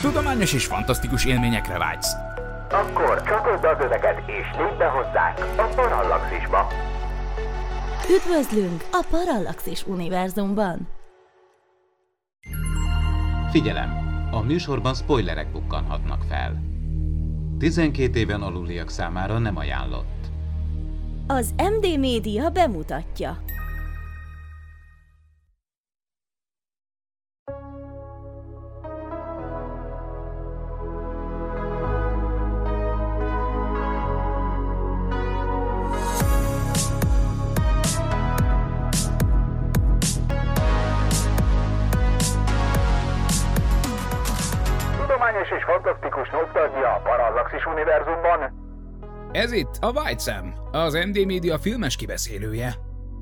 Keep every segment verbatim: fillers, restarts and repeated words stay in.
Tudományos és fantasztikus élményekre vágysz? Akkor csatold az öveket és lépj be hozzánk a Parallaxisba! Üdvözlünk a Parallaxis univerzumban! Figyelem! A műsorban spoilerek bukkanhatnak fel. tizenkét éven aluliak számára nem ajánlott. Az em dé Média bemutatja. Tudományos és fantasztikus nosztalgia a Parallaxis univerzumban. Ez itt a White Sam, az em dé Média filmes kibeszélője.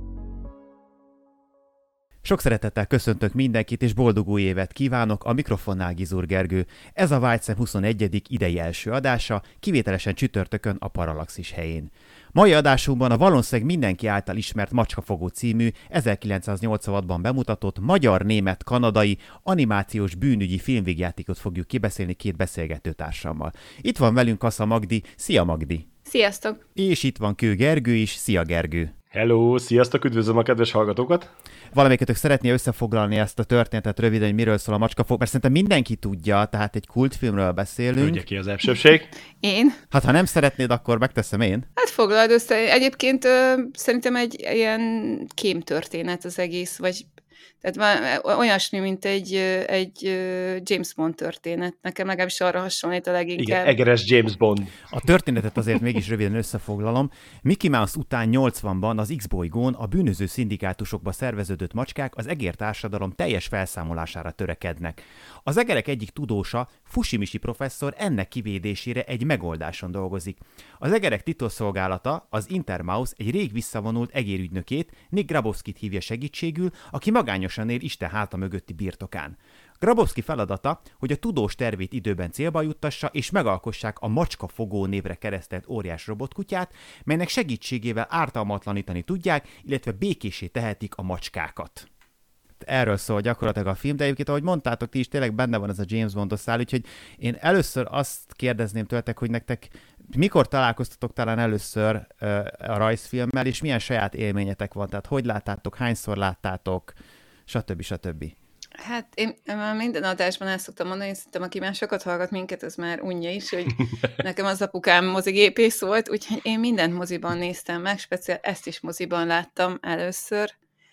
Sok szeretettel köszöntök mindenkit, és boldog új évet kívánok, a mikrofonnál Gizur Gergő. Ez a White Sam huszonegyedik idei első adása, kivételesen csütörtökön a Parallaxis helyén. Mai adásunkban a valószínűleg mindenki által ismert Macskafogó című ezerkilencszáznyolcvanhatban bemutatott magyar-német-kanadai animációs bűnügyi filmvégjátékot fogjuk kibeszélni két beszélgetőtársammal. Itt van velünk Kassa Magdi. Szia Magdi! Sziasztok! És itt van Kő Gergő is. Szia Gergő! Hello, sziasztok, üdvözlöm a kedves hallgatókat! Valamelyikötök szeretné összefoglalni ezt a történetet röviden, hogy miről szól a Macskafogó, mert szerintem mindenki tudja, tehát egy kultfilmről beszélünk. Ugye ki az elsőbség? Én? Hát ha nem szeretnéd, akkor megteszem én. Hát foglald össze. Egyébként ö, szerintem egy ilyen kémtörténet az egész, vagy tehát olyasmi, mint egy, egy James Bond történet. Nekem legalábbis arra hasonlít a leginkább. Igen, egeres James Bond. A történetet azért mégis röviden összefoglalom. Mickey Mouse után nyolcvanban az X-bolygón a bűnöző szindikátusokba szerveződött macskák az egér társadalom teljes felszámolására törekednek. Az egerek egyik tudósa, Fushimishi professzor ennek kivédésére egy megoldáson dolgozik. Az egerek titkosszolgálata, az Intermouse egy rég visszavonult egérügynökét, Nick Grabowskit hívja segítségül, aki magányosan él Isten háta mögötti birtokán. Grabowski feladata, hogy a tudós tervét időben célba juttassa, és megalkossák a Macskafogó névre keresztelt óriás robotkutyát, melynek segítségével ártalmatlanítani tudják, illetve békésé tehetik a macskákat. Erről szól gyakorlatilag a film, de egyébként, ahogy mondtátok, ti is tényleg benne van ez a James Bondos szál, úgyhogy én először azt kérdezném tőletek, hogy nektek mikor találkoztatok talán először uh, a rajzfilmmel, és milyen saját élményetek van, tehát hogy láttátok, hányszor láttátok, stb. stb. Hát én már minden adásban el szoktam mondani, szerintem aki már sokat hallgat minket, az már unja is, hogy nekem az apukám mozigépész volt, úgyhogy én mindent moziban néztem meg, speciál ezt is moziban láttam először,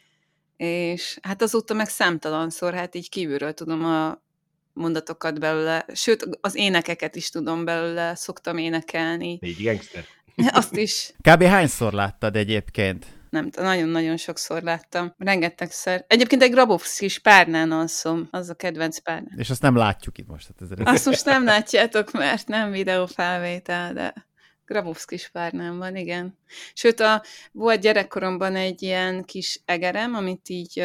és hát azóta meg számtalanszor, hát így kívülről tudom a mondatokat belőle, sőt, az énekeket is tudom belőle, szoktam énekelni. Négy gangster. Azt is. Kb. Hányszor láttad egyébként? Nem, nagyon-nagyon sokszor láttam. Rengetegszer. Egyébként egy Grabowskis párnán alszom, az a kedvenc párnán. És azt nem látjuk itt most. Hát ez azt most nem látjátok, mert nem videófelvétel, de Grabowskis párnán van, igen. Sőt, a, volt gyerekkoromban egy ilyen kis egerem, amit így,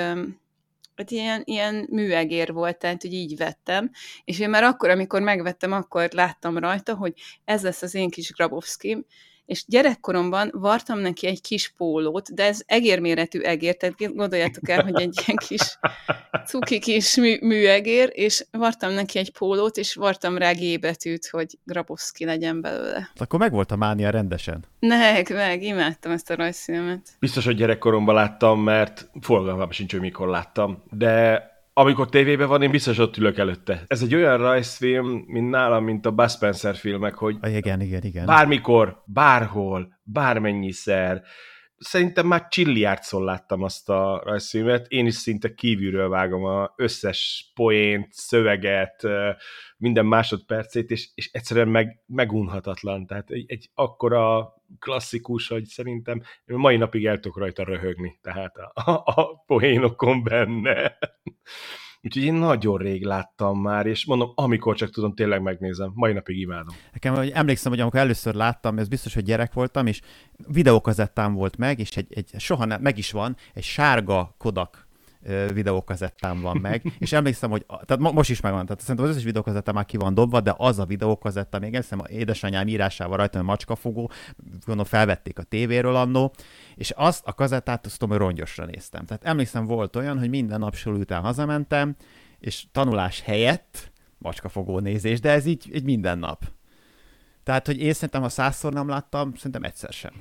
hát ilyen, ilyen műegér volt, tehát hogy így vettem, és én már akkor, amikor megvettem, akkor láttam rajta, hogy ez lesz az én kis Grabowskim, és gyerekkoromban vartam neki egy kis pólót, de ez egérméretű egér, tehát gondoljátok el, hogy egy ilyen kis cuki kis mű, műegér, és vartam neki egy pólót, és vartam rá G betűt, hogy Grabowski legyen belőle. Akkor meg volt a mánia rendesen. Meg, meg, imádtam ezt a rajzfilmet. Biztos, hogy gyerekkoromban láttam, mert fogalmam sincs, hogy mikor láttam, de amikor tévében van, én biztos ott ülök előtte. Ez egy olyan rajzfilm, mint nálam, mint a Bud Spencer filmek, hogy ah, igen, igen, igen. bármikor, bárhol, bármennyiszer. Szerintem már csilliárdszor láttam azt a rajzfilmet. Én is szinte kívülről vágom az összes poént, szöveget, minden másodpercét, és, és egyszerűen meg, megunhatatlan. Tehát egy, egy akkora klasszikus, hogy szerintem mai napig el tudok rajta röhögni, tehát a, a, a poénokon benne. Úgyhogy én nagyon rég láttam már, és mondom, amikor csak tudom, tényleg megnézem. Mai napig imádom. Nekem hogy emlékszem, hogy amikor először láttam, ez biztos, hogy gyerek voltam, és videókazettám volt meg, és egy, egy soha nem, meg is van, egy sárga Kodak videókazettám van meg, és emlékszem, hogy tehát mo- most is megvan, tehát szerintem az összes videókazettám már ki van dobva, de az a videókazetta, még emlékszem, édesanyám írásával rajta, hogy Macskafogó, gondolom felvették a tévéről annó, és azt a kazettát, azt tudom, hogy rongyosra néztem. Tehát emlékszem, volt olyan, hogy minden nap suli után hazamentem, és tanulás helyett macskafogó nézés, de ez így egy minden nap. Tehát, hogy én szerintem, ha százszor nem láttam, szerintem egyszer sem.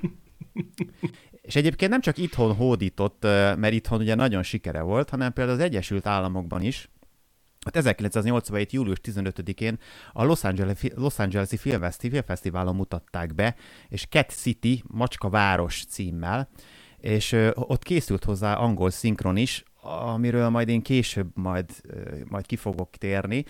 És egyébként nem csak itthon hódított, mert itthon ugye nagyon sikere volt, hanem például az Egyesült Államokban is. Hát ezerkilencszáznyolcvanhét. július tizenötödikén a Los Angeles-i, Los Angeles-i Filmfesztiválon mutatták be, és Cat City, Macska város címmel, és ott készült hozzá angol szinkron is, amiről majd én később majd, majd ki fogok térni,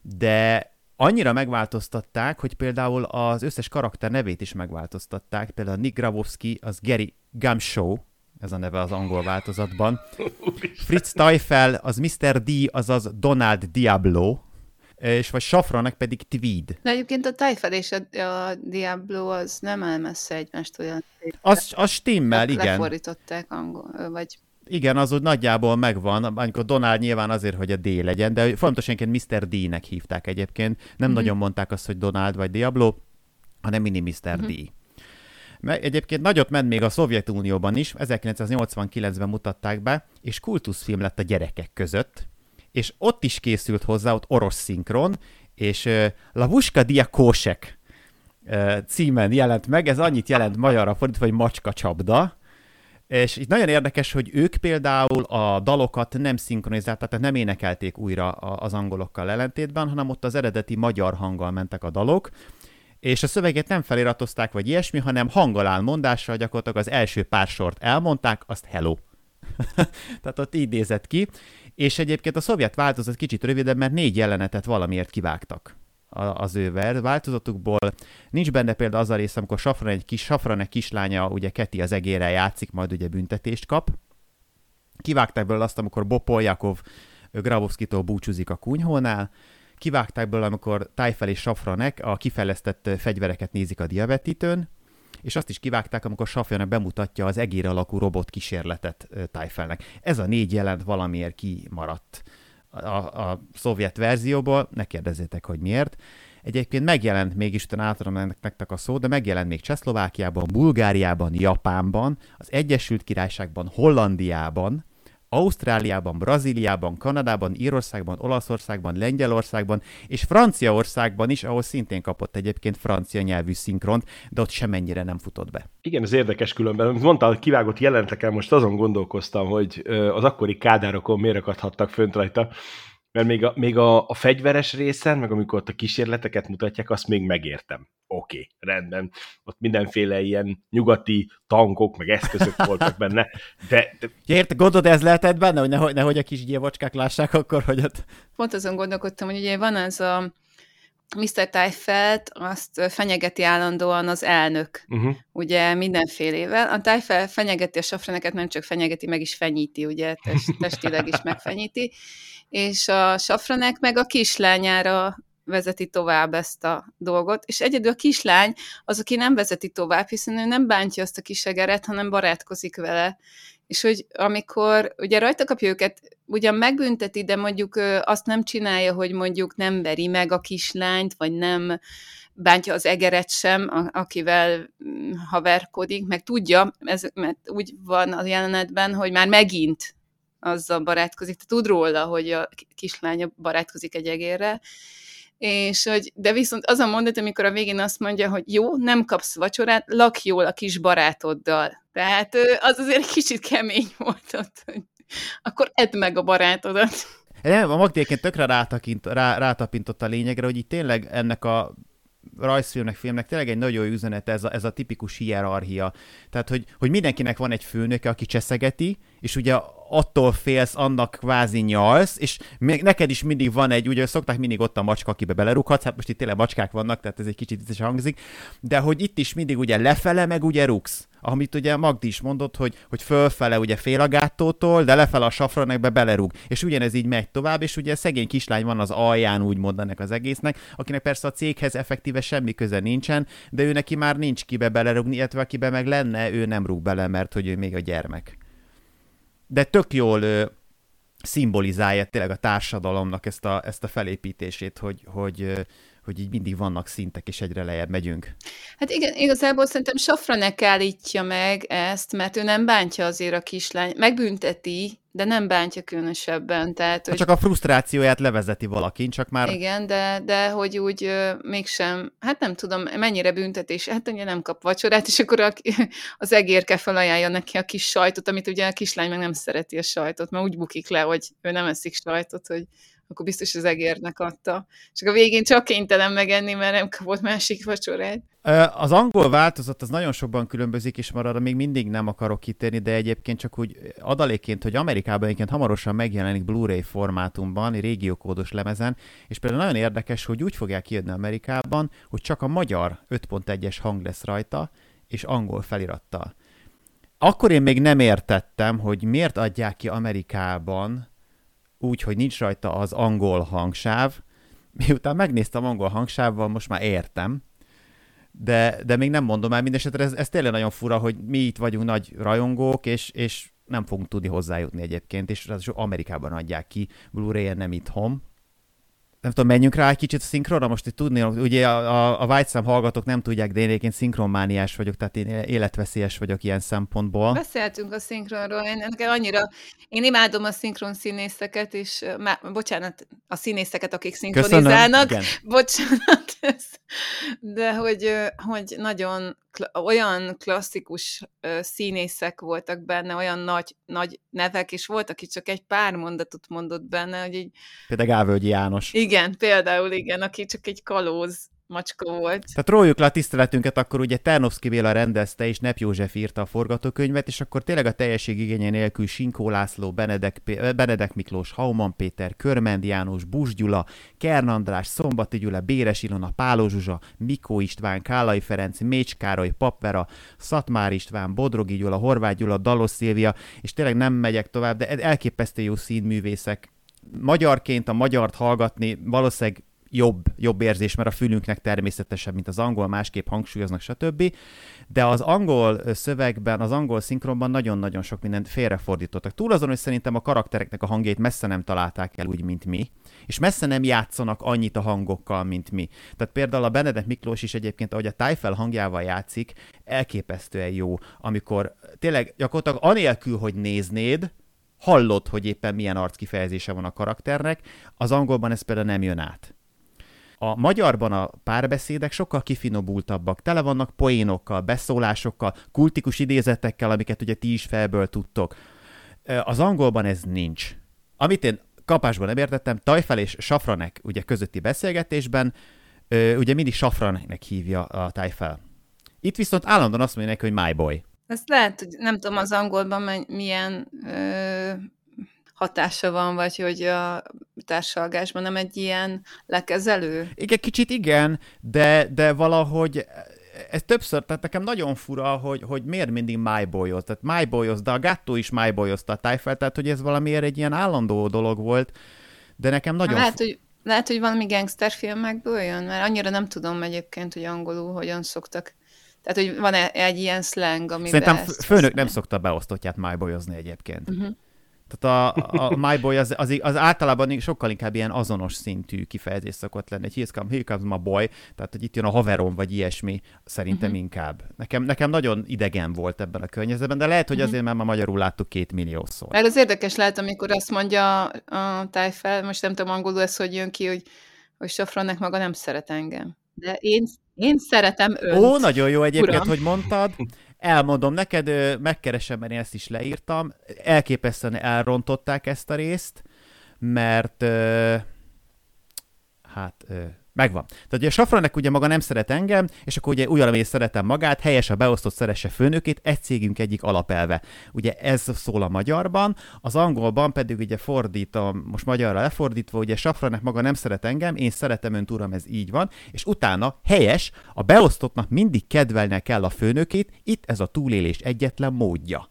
de annyira megváltoztatták, hogy például az összes karakter nevét is megváltoztatták, például Nick Grabowski, az Gary Gumshoe, ez a neve az angol változatban. Fritz Teufel, az miszter D, azaz Donald Diablo, és vagy Safranek pedig Tweed. De egyébként a Teufel és a, a Diablo az nem áll messze egymást olyan. Az, az stimmel, igen. Lefordították angol, vagy... Igen, az úgy nagyjából megvan, amikor Donald nyilván azért, hogy a D legyen, de fontosanként miszter D-nek hívták egyébként. Nem mm-hmm. nagyon mondták azt, hogy Donald vagy Diablo, hanem mini miszter Mm-hmm. D. Egyébként nagyot ment még a Szovjetunióban is, ezerkilencszáznyolcvankilencben mutatták be, és kultuszfilm lett a gyerekek között, és ott is készült hozzá, ott orosz szinkron, és uh, Lavuska Dia Kósek uh, címen jelent meg, ez annyit jelent magyarra fordítva, hogy macska csapda, és itt nagyon érdekes, hogy ők például a dalokat nem szinkronizálták, tehát nem énekelték újra az angolokkal ellentétben, hanem ott az eredeti magyar hanggal mentek a dalok, és a szöveget nem feliratozták, vagy ilyesmi, hanem hanggalál mondással gyakorlatilag az első pár sort elmondták, azt hello. Tehát ott így nézett ki, és egyébként a szovjet változat kicsit rövidebb, mert négy jelenetet valamiért kivágtak az ő változatukból. Nincs benne például az a rész, amikor Safran egy kis, Safranek kislánya, ugye Keti az egérrel játszik, majd ugye büntetést kap. Kivágták belőle azt, amikor Bob Poljakov Grabowskitól búcsúzik a kunyhónál. Kivágták belőle, amikor Teufel és Safranek a kifejlesztett fegyvereket nézik a diavetítőn, és azt is kivágták, amikor Safranek bemutatja az egér alakú robot kísérletet Teufelnek. Ez a négy jelent valamiért kimaradt a, a szovjet verzióból, ne kérdezzétek, hogy miért. Egyébként megjelent, mégis utána átadom nektek a szó, de megjelent még Csehszlovákiában, Bulgáriában, Japánban, az Egyesült Királyságban, Hollandiában, Ausztráliában, Brazíliában, Kanadában, Írországban, Olaszországban, Lengyelországban és Franciaországban is, ahol szintén kapott egyébként francia nyelvű szinkront, de ott semennyire nem futott be. Igen, ez érdekes különben. Mondtál, hogy kivágott jelentekkel, most azon gondolkoztam, hogy az akkori kádárokon miért akadhattak fönt rajta, mert még a, még a, a fegyveres részen, meg amikor ott a kísérleteket mutatják, azt még megértem. Oké, okay, rendben. Ott mindenféle ilyen nyugati tankok, meg eszközök voltak benne, de... de... Ja, érte, gondolod, ez lehetett benne, hogy nehogy, nehogy a kis gyévocskák lássák akkor, hogy ott... Pont azon gondolkodtam, hogy ugye van az a miszter Teufelt, azt fenyegeti állandóan az elnök, uh-huh. ugye mindenfélével. A Teufel fenyegeti a Safraneket, nem csak fenyegeti, meg is fenyíti, ugye test, testileg is megfenyíti, és a Safranek meg a kislányára vezeti tovább ezt a dolgot, és egyedül a kislány az, aki nem vezeti tovább, hiszen ő nem bántja azt a kisegeret, hanem barátkozik vele. És hogy amikor ugye rajta kapja őket, ugyan megbünteti, de mondjuk azt nem csinálja, hogy mondjuk nem veri meg a kislányt, vagy nem bántja az egeret sem, akivel haverkodik, meg tudja, ez, mert úgy van a jelenetben, hogy már megint azzal barátkozik, te tud róla, hogy a kislánya barátkozik egy egérrel, és hogy, de viszont az a mondat, amikor a végén azt mondja, hogy jó, nem kapsz vacsorát, lakj jól a kis barátoddal. Tehát az azért egy kicsit kemény volt ott, hogy akkor edd meg a barátodat. Nem, a Magdéként tökre rátakint, rá, rátapintott a lényegre, hogy itt tényleg ennek a rajzfilmnek, filmnek tényleg egy nagyon jó üzenet ez a, ez a tipikus hierarchia. Tehát, hogy, hogy mindenkinek van egy főnöke, aki cseszegeti, és ugye attól félsz, annak kvázi nyalsz, és még neked is mindig van egy, ugye szokták mindig ott a macska, akibe belerúghatsz, hát most itt tényleg macskák vannak, tehát ez egy kicsit is hangzik, de hogy itt is mindig ugye lefele, meg ugye rúgsz. Amit ugye Magdi is mondott, hogy, hogy fölfele ugye fél a gátótól, de lefele a Safranekbe belerúg. És ugyanez így megy tovább, és ugye szegény kislány van az alján, úgymond ennek az egésznek, akinek persze a céghez effektíve semmi köze nincsen, de ő neki már nincs kibe belerúgni, illetve akibe meg lenne, ő nem rúg bele, mert hogy ő még a gyermek. De tök jól ö, szimbolizálja tényleg a társadalomnak ezt a, ezt a felépítését, hogy, hogy, ö, hogy így mindig vannak szintek, és egyre lejjebb megyünk. Hát igen, igazából szerintem Safranek állítja meg ezt, mert ő nem bántja azért a kislány, megbünteti, de nem bántja különösebben. Tehát, hogy... Csak a frusztrációját levezeti valakin, csak már... Igen, de, de hogy úgy ö, mégsem, hát nem tudom, mennyire büntetés, hát ugye nem kap vacsorát, és akkor a, az egérke felajánlja neki a kis sajtot, amit ugye a kislány meg nem szereti a sajtot, mert úgy bukik le, hogy ő nem eszik sajtot, hogy akkor biztos az egérnek adta. Csak a végén csak kénytelen megenni, mert nem kapott másik vacsorát. Az angol változat az nagyon sokban különbözik, és már arra még mindig nem akarok kitérni, de egyébként csak úgy adalékként, hogy Amerikában egyébként hamarosan megjelenik Blu-ray formátumban, régiókódos lemezen, és például nagyon érdekes, hogy úgy fogják kijönni Amerikában, hogy csak a magyar öt pont egyes hang lesz rajta, és angol felirattal. Akkor én még nem értettem, hogy miért adják ki Amerikában úgy, hogy nincs rajta az angol hangsáv. Miután megnéztem angol hangsávval, most már értem, de, de még nem mondom el, mindesetre ez, ez tényleg nagyon fura, hogy mi itt vagyunk nagy rajongók, és, és nem fogunk tudni hozzájutni egyébként, és az Amerikában adják ki, Blu-ray-en nem itthon. Nem tudom, menjünk rá egy kicsit a szinkronra, most itt tudni, ugye a, a, a Whiteszám hallgatók nem tudják, de én egyébként szinkronmániás vagyok, tehát én életveszélyes vagyok ilyen szempontból. Beszéltünk a szinkronról, én nekem annyira, én imádom a szinkron színészeket, és má, bocsánat, a színészeket, akik szinkronizálnak, bocsánat, ez, de hogy, hogy nagyon olyan klasszikus színészek voltak benne, olyan nagy, nagy nevek, és volt, aki csak egy pár mondatot mondott benne, hogy így... Például Gávölgyi János. Igen, például igen, aki csak egy kalóz macska volt. Tehát róljuk le a tiszteletünket, akkor ugye Ternovszky Béla rendezte, és Nepp József írta a forgatókönyvet, és akkor tényleg a teljesség igénye nélkül Sinkó László, Benedek, Benedek Miklós, Hauman Péter, Körmend János, Buss Gyula, Kern András, Szombati Gyula, Béres Ilona, Páló Zsuzsa, Mikó István, Kállai Ferenc, Mécs Károly, Papvera, Szatmár István, Bodrogi Gyula, Horváth Gyula, Dalos Szilvia, és tényleg nem megyek tovább, de elképesztő jó színművészek. Magyarként a magyart hallgatni valószínűleg jobb, jobb érzés, mert a fülünknek természetesebb, mint az angol, másképp hangsúlyoznak, stb. De az angol szövegben, az angol szinkronban nagyon-nagyon sok mindent félrefordítottak. Túl azon, hogy szerintem a karaktereknek a hangjait messze nem találták el úgy, mint mi, és messze nem játszanak annyit a hangokkal, mint mi. Tehát például a Benedek Miklós is egyébként, ahogy a Tájfel hangjával játszik, elképesztően jó, amikor tényleg gyakorlatilag anélkül, hogy néznéd, hallod, hogy éppen milyen arckifejezése van a karakternek, az angolban ez például nem jön át. A magyarban a párbeszédek sokkal kifinomultabbak, tele vannak poénokkal, beszólásokkal, kultikus idézetekkel, amiket ugye ti is felből tudtok. Az angolban ez nincs. Amit én kapásban nem értettem, Tajfel és Safranek ugye közötti beszélgetésben, ugye mindig Safraneknek hívja a Tajfel. Itt viszont állandóan azt mondja neki, hogy my boy. Ezt lehet, hogy nem tudom az angolban milyen ö, hatása van, vagy hogy a társalgásban nem egy ilyen lekezelő? Igen, kicsit igen, de, de valahogy ez többször, tehát nekem nagyon fura, hogy, hogy miért mindig myboyoz. Tehát myboyoz, de a Gatto is myboyozta a Tájfel, tehát hogy ez valamiért egy ilyen állandó dolog volt, de nekem nagyon... Lehet, hogy, lehet, hogy valami gangsterfilmekből jön, mert annyira nem tudom egyébként, hogy angolul hogyan szoktak. Tehát, hogy van egy ilyen slang, amiben... Szerintem főnök nem szokta beosztottját myboyozni egyébként. Uh-huh. Tehát a, a myboy az, az, az általában sokkal inkább ilyen azonos szintű kifejezés szokott lenni. Egy here comes, here comes my boy, tehát hogy itt jön a haverom, vagy ilyesmi, szerintem uh-huh. inkább. Nekem, nekem nagyon idegen volt ebben a környezetben, de lehet, hogy uh-huh. azért, mert már magyarul láttuk két milliószor. Mert az érdekes lehet, amikor azt mondja a Tájfel, most nem tudom angolul ez, hogy jön ki, hogy, hogy Safrannek maga nem szeret engem. De én, én szeretem önt. Ó, nagyon jó egyébként, Uram. hogy mondtad. Elmondom neked, megkeresem, mert én ezt is leírtam. Elképesztően elrontották ezt a részt, mert hát megvan. Tehát ugye a Safranek ugye maga nem szeret engem, és akkor ugye ugyanamelyik szeretem magát, helyes a beosztott szeresse főnökét, egy cégünk egyik alapelve. Ugye ez szól a magyarban, az angolban pedig ugye fordítom, most magyarra lefordítva, ugye Safranek maga nem szeret engem, én szeretem önt, uram, ez így van, és utána helyes, a beosztottnak mindig kedvelnie kell a főnökét, itt ez a túlélés egyetlen módja.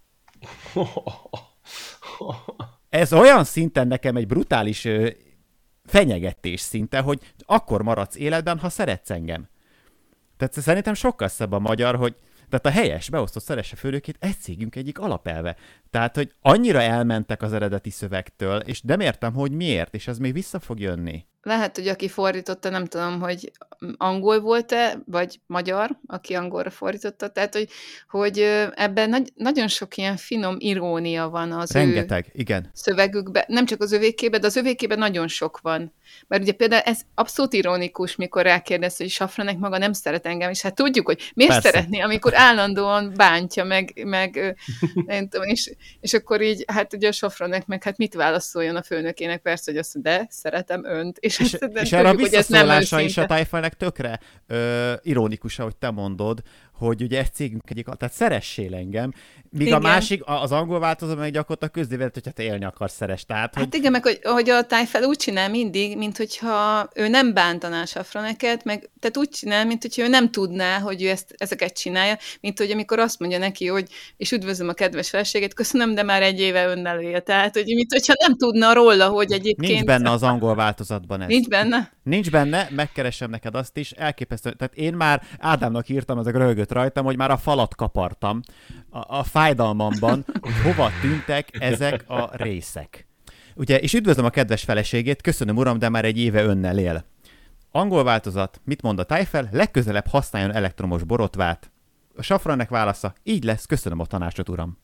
Ez olyan szinten nekem egy brutális fenyegetés szinte, hogy akkor maradsz életben, ha szeretsz engem. Tehát szerintem sokkal szebb a magyar, hogy tehát a helyes, beosztott szeresse főnökét, egy cégünk egyik alapelve. Tehát, hogy annyira elmentek az eredeti szövegtől, és nem értem, hogy miért, és ez még vissza fog jönni. lehet, hogy aki fordította, nem tudom, hogy angol volt-e, vagy magyar, aki angolra fordította, tehát, hogy, hogy ebben nagy, nagyon sok ilyen finom irónia van az Rengeteg, ő igen. szövegükben, nem csak az övékében, de az övékében nagyon sok van. Mert ugye például ez abszolút ironikus, mikor rákérdez, hogy Safranek maga nem szeret engem, és hát tudjuk, hogy miért Persze. szeretné, amikor állandóan bántja, meg, meg nem tudom, és, és akkor így, hát ugye a Safranek meg hát mit válaszoljon a főnökének, persze, hogy azt mondja, de szeretem önt, és, És, ezt, és erre a visszaszólása is a őszinte. Tájfájnak tökre ö, ironikus, ahogy te mondod, hogy ugye egy cégünk egyik, tehát szeressél engem, míg igen. a másik, az angol változó meg gyakorlatilag közlévet, hogyha te élni akarsz, szeres. Tehát, hogy... Hát igen, meg hogy, hogy a Tájfel úgy csinál mindig, mint hogyha ő nem bántaná Safraneket, meg tehát úgy csinál, mint hogyha ő nem tudná, hogy ő ezt, ezeket csinálja, mint hogy amikor azt mondja neki, hogy és üdvözlöm a kedves feleségét, köszönöm, de már egy éve önnel él. Tehát, hogy mint hogyha nem tudna róla, hogy egyébként... Nincs benne az angol változatban ez. Nincs benne? Nincs benne, megkeresem neked azt is, elképesztő. Tehát én már Ádámnak írtam, ezek röhögött rajtam, hogy már a falat kapartam a, a fájdalmamban, hogy hova tűntek ezek a részek. Ugye, és üdvözlöm a kedves feleségét, köszönöm uram, de már egy éve önnel él. Angol változat, mit mond a Tájfel? Legközelebb használjon elektromos borotvát. A Safranek válasza, így lesz, köszönöm a tanácsot, uram.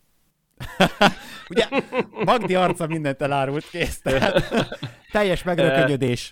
Ugye, Magdi arca mindent elárult, kész. Tehát, teljes megrökönyödés.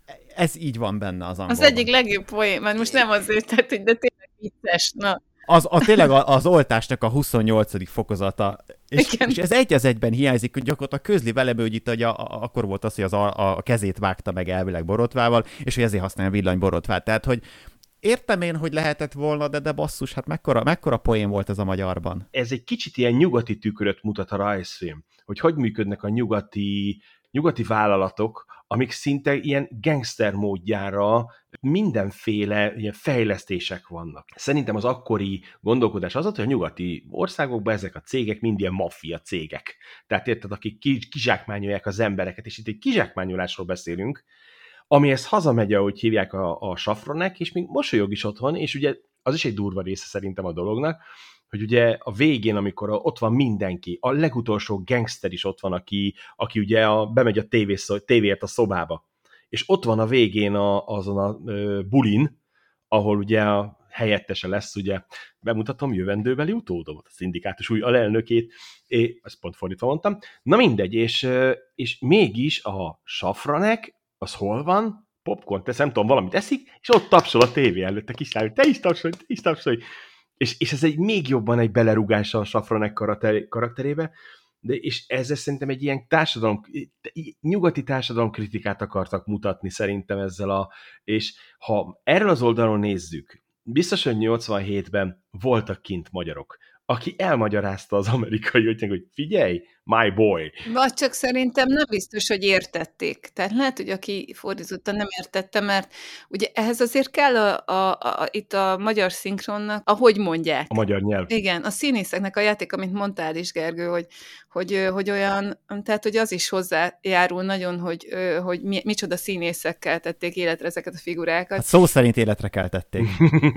Ez így van benne az angolban. Az egyik legjobb poén, mert most nem azért, tehát, hogy de tényleg vicces, na. Az, a, tényleg az oltásnak a huszonnyolcadik fokozata. És, és ez egy az egyben hiányzik, hogy gyakorlatilag közli velem, hogy itt a, a, akkor volt az, hogy az a, a kezét vágta meg elvileg borotvával, és hogy ezért használja a villanyborotvát. Tehát, hogy értem én, hogy lehetett volna, de, de basszus, hát mekkora, mekkora poén volt ez a magyarban. Ez egy kicsit ilyen nyugati tükröt mutat a rajzfilm, hogy hogy működnek a nyugati, nyugati vállalatok, amik szinte ilyen gangster módjára mindenféle ilyen fejlesztések vannak. Szerintem az akkori gondolkodás az volt, hogy a nyugati országokban ezek a cégek mind ilyen maffia cégek. Tehát érted, akik kizsákmányolják az embereket, és itt egy kizsákmányolásról beszélünk, amihez hazamegy, ahogy hívják a, a Safranek, és még mosolyog is otthon, és ugye az is egy durva része szerintem a dolognak, hogy ugye a végén, amikor ott van mindenki, a legutolsó gangster is ott van, aki, aki ugye a, bemegy a tévért a szobába, és ott van a végén a, azon a ö, bulin, ahol ugye a helyettese lesz, ugye bemutatom jövendőbeli utódomat, a szindikátus új alelnökét, és ezt pont fordítva mondtam. Na mindegy, és, és mégis a Safranek, az hol van? Popcorn, tesz, nem tudom, valamit eszik, és ott tapsol a tévé előtt a kislány, te is tapsolj, te is tapsolj. És, és ez egy még jobban egy belerúgása a Safranek karakter, karakterébe, de és ezzel szerintem egy ilyen társadalom, nyugati társadalom kritikát akartak mutatni szerintem ezzel a, és ha erről az oldalon nézzük, biztos, hogy nyolcvanhétben voltak kint magyarok, aki elmagyarázta az amerikai ötnek, hogy figyelj, my boy. Vagy csak szerintem nem biztos, hogy értették. Tehát lehet, hogy aki fordította, nem értette, mert ugye ehhez azért kell a, a, a, itt a magyar szinkronnak, ahogy mondják. A magyar nyelv. Igen, a színészeknek a játék, amit mondtál is, Gergő, hogy, hogy, hogy olyan, tehát hogy az is hozzájárul nagyon, hogy, hogy mi, micsoda színészekkel tették életre ezeket a figurákat. Hát szó szerint életre keltették.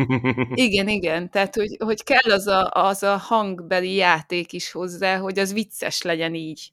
Igen, igen, tehát hogy, hogy kell az a, az a hangbeli játék is hozzá, hogy az vicces legyen így.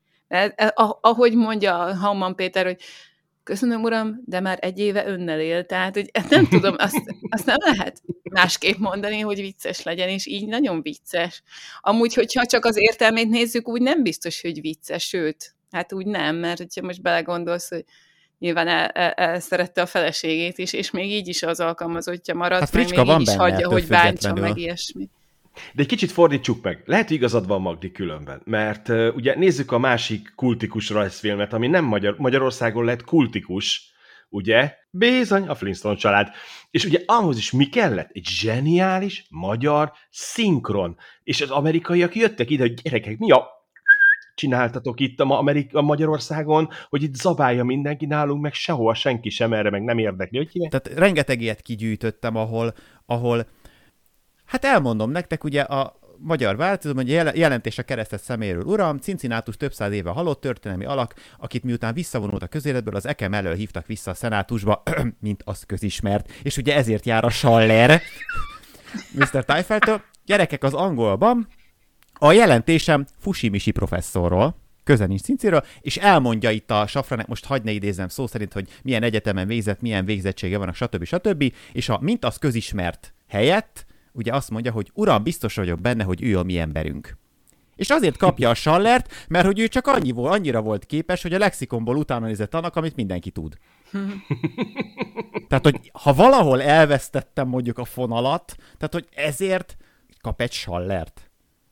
Ahogy mondja Hamman Péter, hogy köszönöm, uram, de már egy éve önnel él, tehát hogy nem tudom, azt, azt nem lehet másképp mondani, hogy vicces legyen, és így nagyon vicces. Amúgy, hogyha csak az értelmét nézzük, úgy nem biztos, hogy vicces, sőt, hát úgy nem, mert hogyha most belegondolsz, hogy nyilván el, el, elszerette a feleségét is, és még így is az alkalmazottja maradt, hát meg még így is hagyja, hogy bántsa meg ilyesmi. De egy kicsit fordítsuk meg. Lehet, hogy igazad van, Magdi, különben. Mert uh, ugye nézzük a másik kultikus rajzfilmet, ami nem Magyar, Magyarországon lett kultikus, ugye? Bizony, a Flintstone család. És ugye ahhoz is mi kellett? Egy zseniális magyar szinkron. És az amerikaiak jöttek ide, hogy gyerekek, mi a csináltatok itt a, Amerika, a Magyarországon, hogy itt zabálja mindenki nálunk, meg sehova senki sem erre, meg nem érdekli. Hogy Tehát rengeteg ilyet kigyűjtöttem, ahol, ahol hát elmondom nektek, ugye a magyar változó, hogy jelentés a keresztes szeméről, uram, Cincinnatus több száz éve halott történelmi alak, akit miután visszavonult a közéletből, az ekem elől hívtak vissza a szenátusba, mint az közismert, és ugye ezért jár a Schaller miszter Tájfeltől. Gyerekek, az angolban a jelentésem Fushimishi professzorról, köze nincs Cinciről, és elmondja itt a Safranek, most hagyd ne idézem szó szerint, hogy milyen egyetemen végzett, milyen végzettsége vannak, stb. stb. És a mint az közismert helyett, ugye azt mondja, hogy uram, biztos vagyok benne, hogy ő a mi emberünk. És azért kapja a Schallert, mert hogy ő csak annyi volt, annyira volt képes, hogy a lexikonból utána nézett annak, amit mindenki tud. Tehát, hogy ha valahol elvesztettem mondjuk a fonalat, tehát, hogy ezért kap egy Schallert.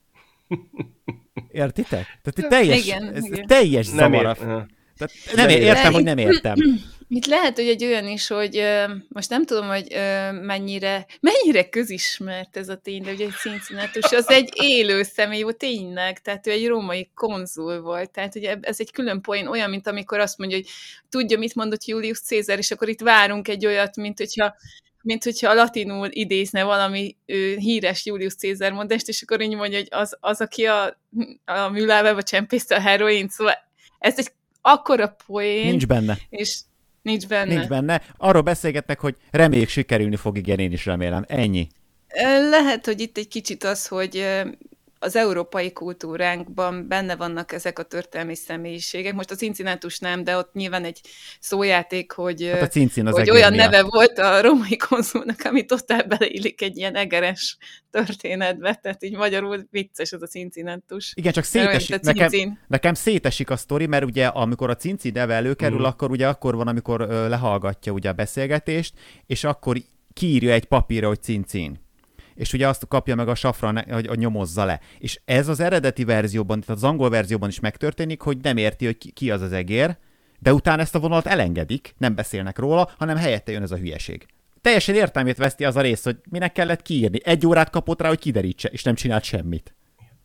Értitek? Tehát teljes, igen, ez igen. teljes zavar. Ér... Tehát nem ér, értem, hogy nem értem. Itt lehet, hogy egy olyan is, hogy ö, most nem tudom, hogy ö, mennyire, mennyire közismert ez a tény, de ugye egy Cincinnatus, az egy élő személy volt tényleg, tehát ő egy római konzul volt, tehát ugye ez egy külön poén, olyan, mint amikor azt mondja, hogy tudja, mit mondott Julius Cézár, és akkor itt várunk egy olyat, mint hogyha mint hogyha a latinul idézne valami ő, híres Julius Cézár mondást, és akkor így mondja, hogy az, az aki a, a műlábába csempészte a heroint, szóval ez egy akkora poén. Nincs benne. És nincs benne. Nincs benne. Arról beszélgetnek, hogy reméljük sikerülni fog, igen, én is remélem. Ennyi. Lehet, hogy itt egy kicsit az, hogy az európai kultúránkban benne vannak ezek a történelmi személyiségek. Most a Cincinnatus nem, de ott nyilván egy szójáték, hogy, hát a cincin az hogy olyan miatt. Neve volt a római konzulnak, ami totál beleillik egy ilyen egeres történetbe, tehát így magyarul vicces az a Cincinnatus. Igen, csak szétesik, nekem, nekem szétesik a sztori, mert ugye amikor a cincin neve előkerül, mm. akkor ugye akkor van, amikor ö, lehallgatja ugye a beszélgetést, és akkor kiírja egy papírra, hogy cincin. És ugye azt kapja meg a Safran, hogy, hogy nyomozza le. És ez az eredeti verzióban, tehát az angol verzióban is megtörténik, hogy nem érti, hogy ki, ki az az egér, de utána ezt a vonalat elengedik, nem beszélnek róla, hanem helyette jön ez a hülyeség. Teljesen értelmét veszti az a rész, hogy minek kellett kiírni. Egy órát kapott rá, hogy kiderítse, és nem csinált semmit.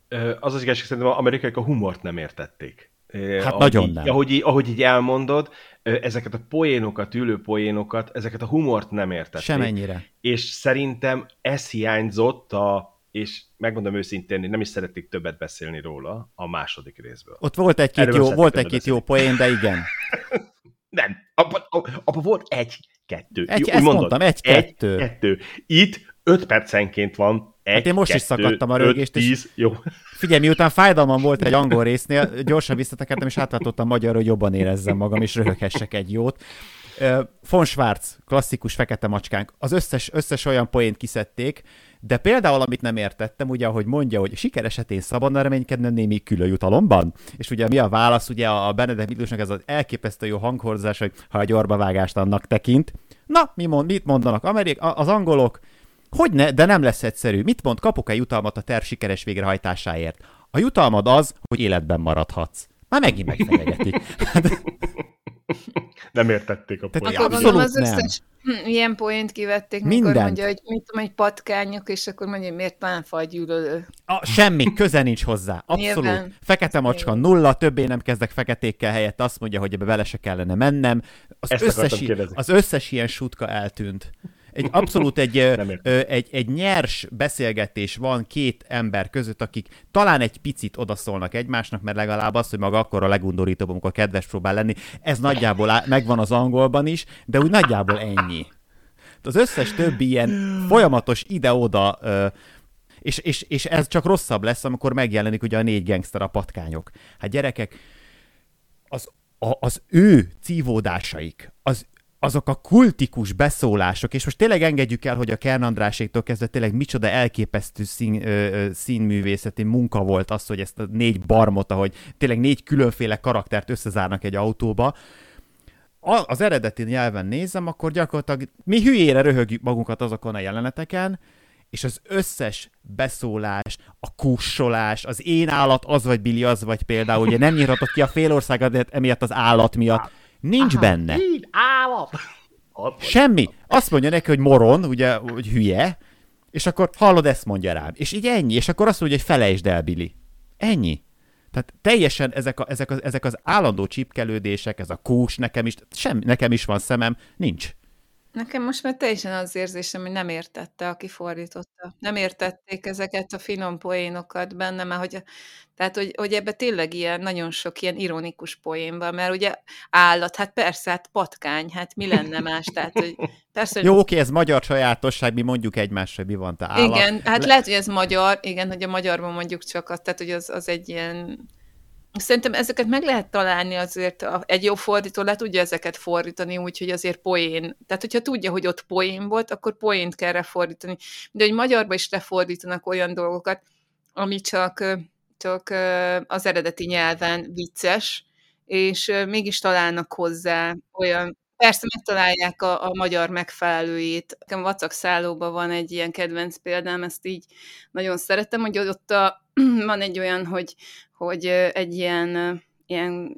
Az az igazság, szerintem az amerikaiak a humort nem értették. Hát ahogy nagyon így, nem. Ahogy így, ahogy így elmondod, ezeket a poénokat, ülő poénokat, ezeket a humort nem értették. Semennyire. És szerintem ez hiányzott, a, és megmondom őszintén, nem is szerették többet beszélni róla a második részből. Ott volt egy-két jó, volt egy-két jó poén, de igen. Nem, apa, apa volt egy-kettő. Egy, Jó, ezt mondod, mondtam, egy-kettő. Egy-kettő. Itt öt percenként van. Egy, hát én most kettő, is szakadtam a rögést, öt, tíz, jó. Figyelj, miután fájdalmam volt egy angol résznél, gyorsan visszatekertem, és átváltottam magyarra, hogy jobban érezzem magam, és röhöghessek egy jót. Von Schwarz, klasszikus fekete macskánk, az összes, összes olyan poént kiszedték, de például, amit nem értettem, ugye, ahogy mondja, hogy siker esetén szabadna reménykednem némi külön jutalomban, és ugye mi a válasz, ugye a Benedek Miklósnak ez az elképesztő jó hanghorzás, hogy ha egy orbavágást annak tekint. Na, mi mond, mit mondanak Amerik, az angolok? Hogyne, de nem lesz egyszerű. Mit mond, kapok-e jutalmat a terv sikeres végrehajtásáért? A jutalmad az, hogy életben maradhatsz. Már megint megfenyegetik. Nem értették a poént. Akkor gondolom az összes nem. Ilyen poént kivették, mikor Mindent. Mondja, hogy mit tudom, egy patkányok, és akkor mondja, hogy miért pánfaj gyűlölő. A, semmi, köze nincs hozzá. Abszolút. Nyilván. Fekete macska nulla, többé nem kezdek feketékkel helyett, azt mondja, hogy ebbe bele se kellene mennem. Az, összes, az összes ilyen sutka eltűnt. Egy abszolút egy, ö, egy, egy nyers beszélgetés van két ember között, akik talán egy picit odaszólnak egymásnak, mert legalább az, hogy maga akkor a legundorítóbb, amikor kedves próbál lenni, ez nagyjából á- megvan az angolban is, de úgy nagyjából ennyi. Az összes többi ilyen folyamatos ide-oda, ö, és, és, és ez csak rosszabb lesz, amikor megjelenik ugye a négy gangster, a patkányok. Hát gyerekek, az, a, az ő cívódásaik, az azok a kultikus beszólások, és most tényleg engedjük el, hogy a Kern Andráséktól kezdve tényleg micsoda elképesztő szín, ö, színművészeti munka volt az, hogy ezt a négy barmot, ahogy tényleg négy különféle karaktert összezárnak egy autóba. A, az eredeti nyelven nézem, akkor gyakorlatilag mi hülyére röhögjük magunkat azokon a jeleneteken, és az összes beszólás, a kussolás, az én állat az vagy Billy az vagy például, ugye nem nyithatott ki a félországot emiatt az állat miatt, nincs Aha, benne. Így, állat. Semmi. Azt mondja neki, hogy moron, ugye, hogy hülye, és akkor hallod, ezt mondja rám. És így ennyi. És akkor azt mondja, hogy felejtsd el, Billy. Ennyi. Tehát teljesen ezek, a, ezek, az, ezek az állandó csipkelődések, ez a kús, nekem is, sem, nekem is van szemem, nincs. Nekem most már teljesen az érzésem, hogy nem értette, aki fordította. Nem értették ezeket a finom poénokat benne, mert hogy, tehát, hogy, hogy ebbe tényleg ilyen, nagyon sok ilyen ironikus poén van, mert ugye állat, hát persze, hát patkány, hát mi lenne más, tehát, hogy persze, Jó, hogy... oké, ez magyar sajátosság, mi mondjuk egymásra, mi van, te állat. Igen, hát Le... lehet, hogy ez magyar, igen, hogy a magyarban mondjuk csak azt, tehát, hogy az, az egy ilyen... Szerintem ezeket meg lehet találni azért, egy jó fordító le tudja ezeket fordítani, úgyhogy azért poén. Tehát, hogyha tudja, hogy ott poén volt, akkor poént kell refordítani. De hogy magyarba is lefordítanak olyan dolgokat, ami csak, csak az eredeti nyelven vicces, és mégis találnak hozzá olyan, persze megtalálják a, a magyar megfelelőjét. Nekem Vacak szállóban van egy ilyen kedvenc példám, ezt így nagyon szeretem, hogy ott a, van egy olyan, hogy, hogy egy ilyen, ilyen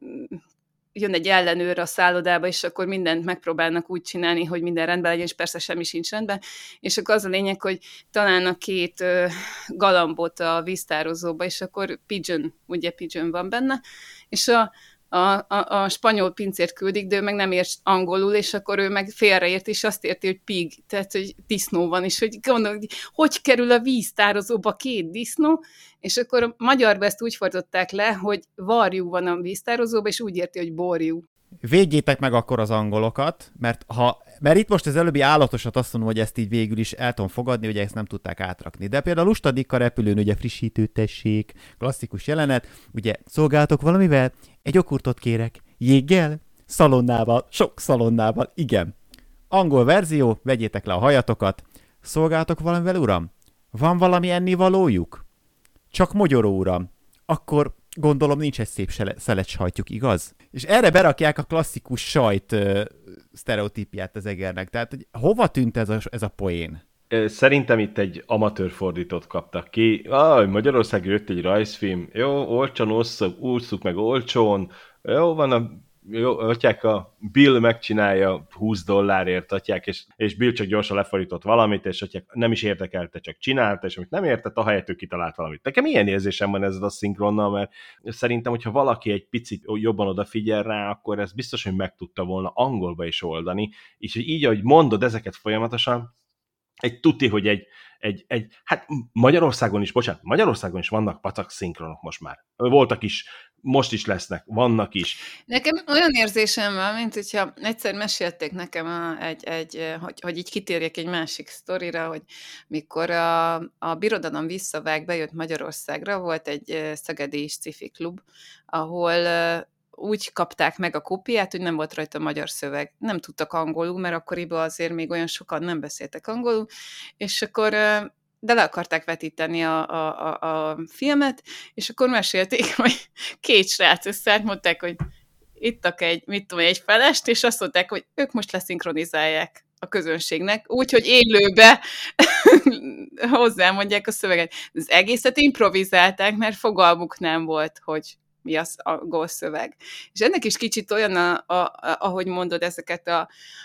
jön egy ellenőr a szállodába, és akkor mindent megpróbálnak úgy csinálni, hogy minden rendben legyen, és persze semmi sincs rendben. És akkor az a lényeg, hogy találnak két galambot a víztározóba, és akkor pigeon, ugye pigeon van benne, és a A, a, a spanyol pincért küldik, de ő meg nem ért angolul, és akkor ő meg félreért, és azt érti, hogy pig, tehát, hogy disznó van, és hogy gondolom, hogy hogy kerül a víztározóba két disznó, és akkor a magyarba ezt úgy fordították le, hogy varjú van a víztározóba, és úgy érti, hogy borjú. Védjétek meg akkor az angolokat, mert, ha, mert itt most az előbbi állatosat azt mondom, hogy ezt így végül is el tudom fogadni, hogy ezt nem tudták átrakni. De például a lustadikka repülőn, ugye frissítőt tessék, klasszikus jelenet, ugye szolgáltok valamivel? Egy okurtot kérek. Jéggel? Szalonnával. Sok szalonnával. Igen. Angol verzió, vegyétek le a hajatokat. Szolgáltok valamivel, uram? Van valami ennivalójuk? Csak mogyoró, uram. Akkor gondolom nincs egy szép szelet sajtjuk, igaz? És erre berakják a klasszikus sajt uh, sztereotípiát az egernek. Tehát, hogy hova tűnt ez a, ez a poén? Szerintem itt egy amatőr fordítót kaptak ki. Ah, Magyarország jött egy rajzfilm. Jó, olcsón osszuk, úrszuk meg olcsón. Jó, van a... Jó, atyák, a Bill megcsinálja húsz dollárért, atyák, és, és Bill csak gyorsan lefordított valamit, és atyák nem is érdekelte, csak csinálta, és amit nem értett, ahelyett ő kitalált valamit. Nekem ilyen érzésem van ezzel a szinkronnal, mert szerintem, hogyha valaki egy picit jobban odafigyel rá, akkor ez biztos, hogy meg tudta volna angolba is oldani, és így, ahogy mondod ezeket folyamatosan, egy tuti, hogy egy, egy, egy, hát Magyarországon is, bocsánat, Magyarországon is vannak pacak szinkronok most már. Voltak is, most is lesznek, vannak is. Nekem olyan érzésem van, mint hogyha egyszer mesélték nekem a, egy, egy hogy, hogy így kitérjek egy másik sztorira, hogy mikor a, a Birodalom visszavág bejött Magyarországra, volt egy szegedi sci-fi klub, ahol úgy kapták meg a kópiát, hogy nem volt rajta magyar szöveg. Nem tudtak angolul, mert akkoriban azért még olyan sokan nem beszéltek angolul, és akkor de le akarták vetíteni a, a, a, a filmet, és akkor mesélték, hogy két srác összeállt, mondták, hogy ittak egy, mit tudom, egy felest, és azt mondták, hogy ők most leszinkronizálják a közönségnek, úgyhogy élőbe hozzámondják a szöveget. Az egészet improvizálták, mert fogalmuk nem volt, hogy mi az a gólszöveg. És ennek is kicsit olyan, a, a, a, ahogy mondod ezeket a,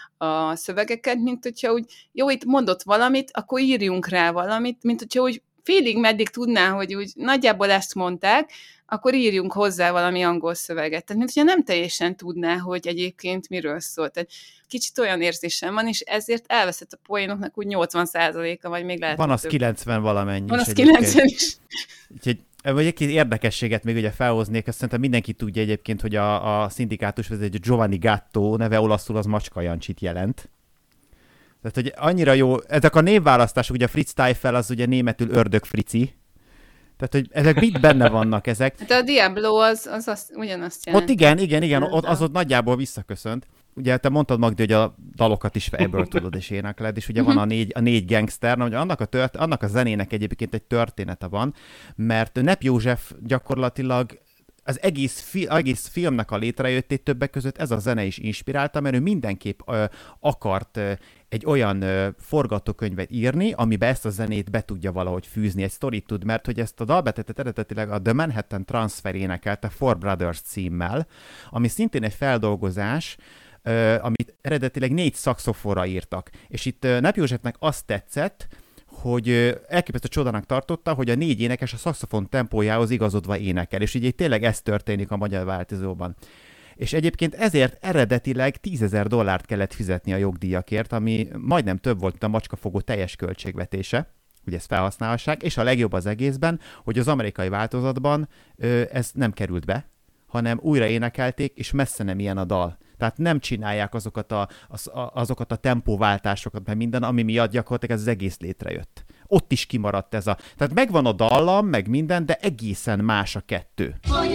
a szövegeket, mint hogyha úgy, jó, itt mondott valamit, akkor írjunk rá valamit, mint hogyha úgy félig meddig tudná, hogy úgy nagyjából ezt mondták, akkor írjunk hozzá valami angol szöveget. Tehát mint hogyha nem teljesen tudná, hogy egyébként miről szól. Tehát kicsit olyan érzésem van, és ezért elveszett a poénoknak úgy nyolcvan százaléka, vagy még lehet. Van az több. kilencven valamennyi. Van az kilencven is. Úgyhogy vagy egy érdekességet még ugye felhoznék, azt szerintem mindenki tudja egyébként, hogy a, a szindikátus vezető Giovanni Gatto neve olaszul az Macska Jancsit jelent. Tehát, hogy annyira jó, ezek a névválasztások, ugye a Fritz Teufel az ugye németül ördög Frici. Tehát, hogy ezek mit benne vannak ezek. De a Diablo az, az, az ugyanazt jelent. Ott igen, igen, igen, ott, az ott nagyjából visszaköszönt. Ugye te mondtad, Magdi, hogy a dalokat is ebből tudod és énekled, és ugye van a négy, a négy gangster, hogy annak a, tört, annak a zenének egyébként egy története van, mert Nepp József gyakorlatilag az egész, fi, egész filmnek a létrejöttét többek között ez a zene is inspirálta, mert ő mindenképp ö, akart ö, egy olyan ö, forgatókönyvet írni, amiben ezt a zenét be tudja valahogy fűzni, egy sztorit tud, mert hogy ezt a dalbetetet eredetileg a The Manhattan Transfer énekelte Four Brothers címmel, ami szintén egy feldolgozás, Uh, amit eredetileg négy szaxofonra írtak. És itt uh, Nepp Józsefnek azt tetszett, hogy uh, elképesztő csodának tartotta, hogy a négy énekes a szaxofon tempójához igazodva énekel, és így tényleg ez történik a magyar változóban. És egyébként ezért eredetileg tízezer dollárt kellett fizetni a jogdíjakért, ami majdnem több volt, mint a macskafogó teljes költségvetése, hogy ezt felhasználhassák, és a legjobb az egészben, hogy az amerikai változatban uh, ez nem került be, hanem újra énekelték, és messze nem ilyen a dal. Tehát nem csinálják azokat a, az, azokat a tempóváltásokat, mert minden, ami miatt gyakorlatilag ez az egész létrejött. Ott is kimaradt ez a... Tehát megvan a dallam, meg minden, de egészen más a kettő.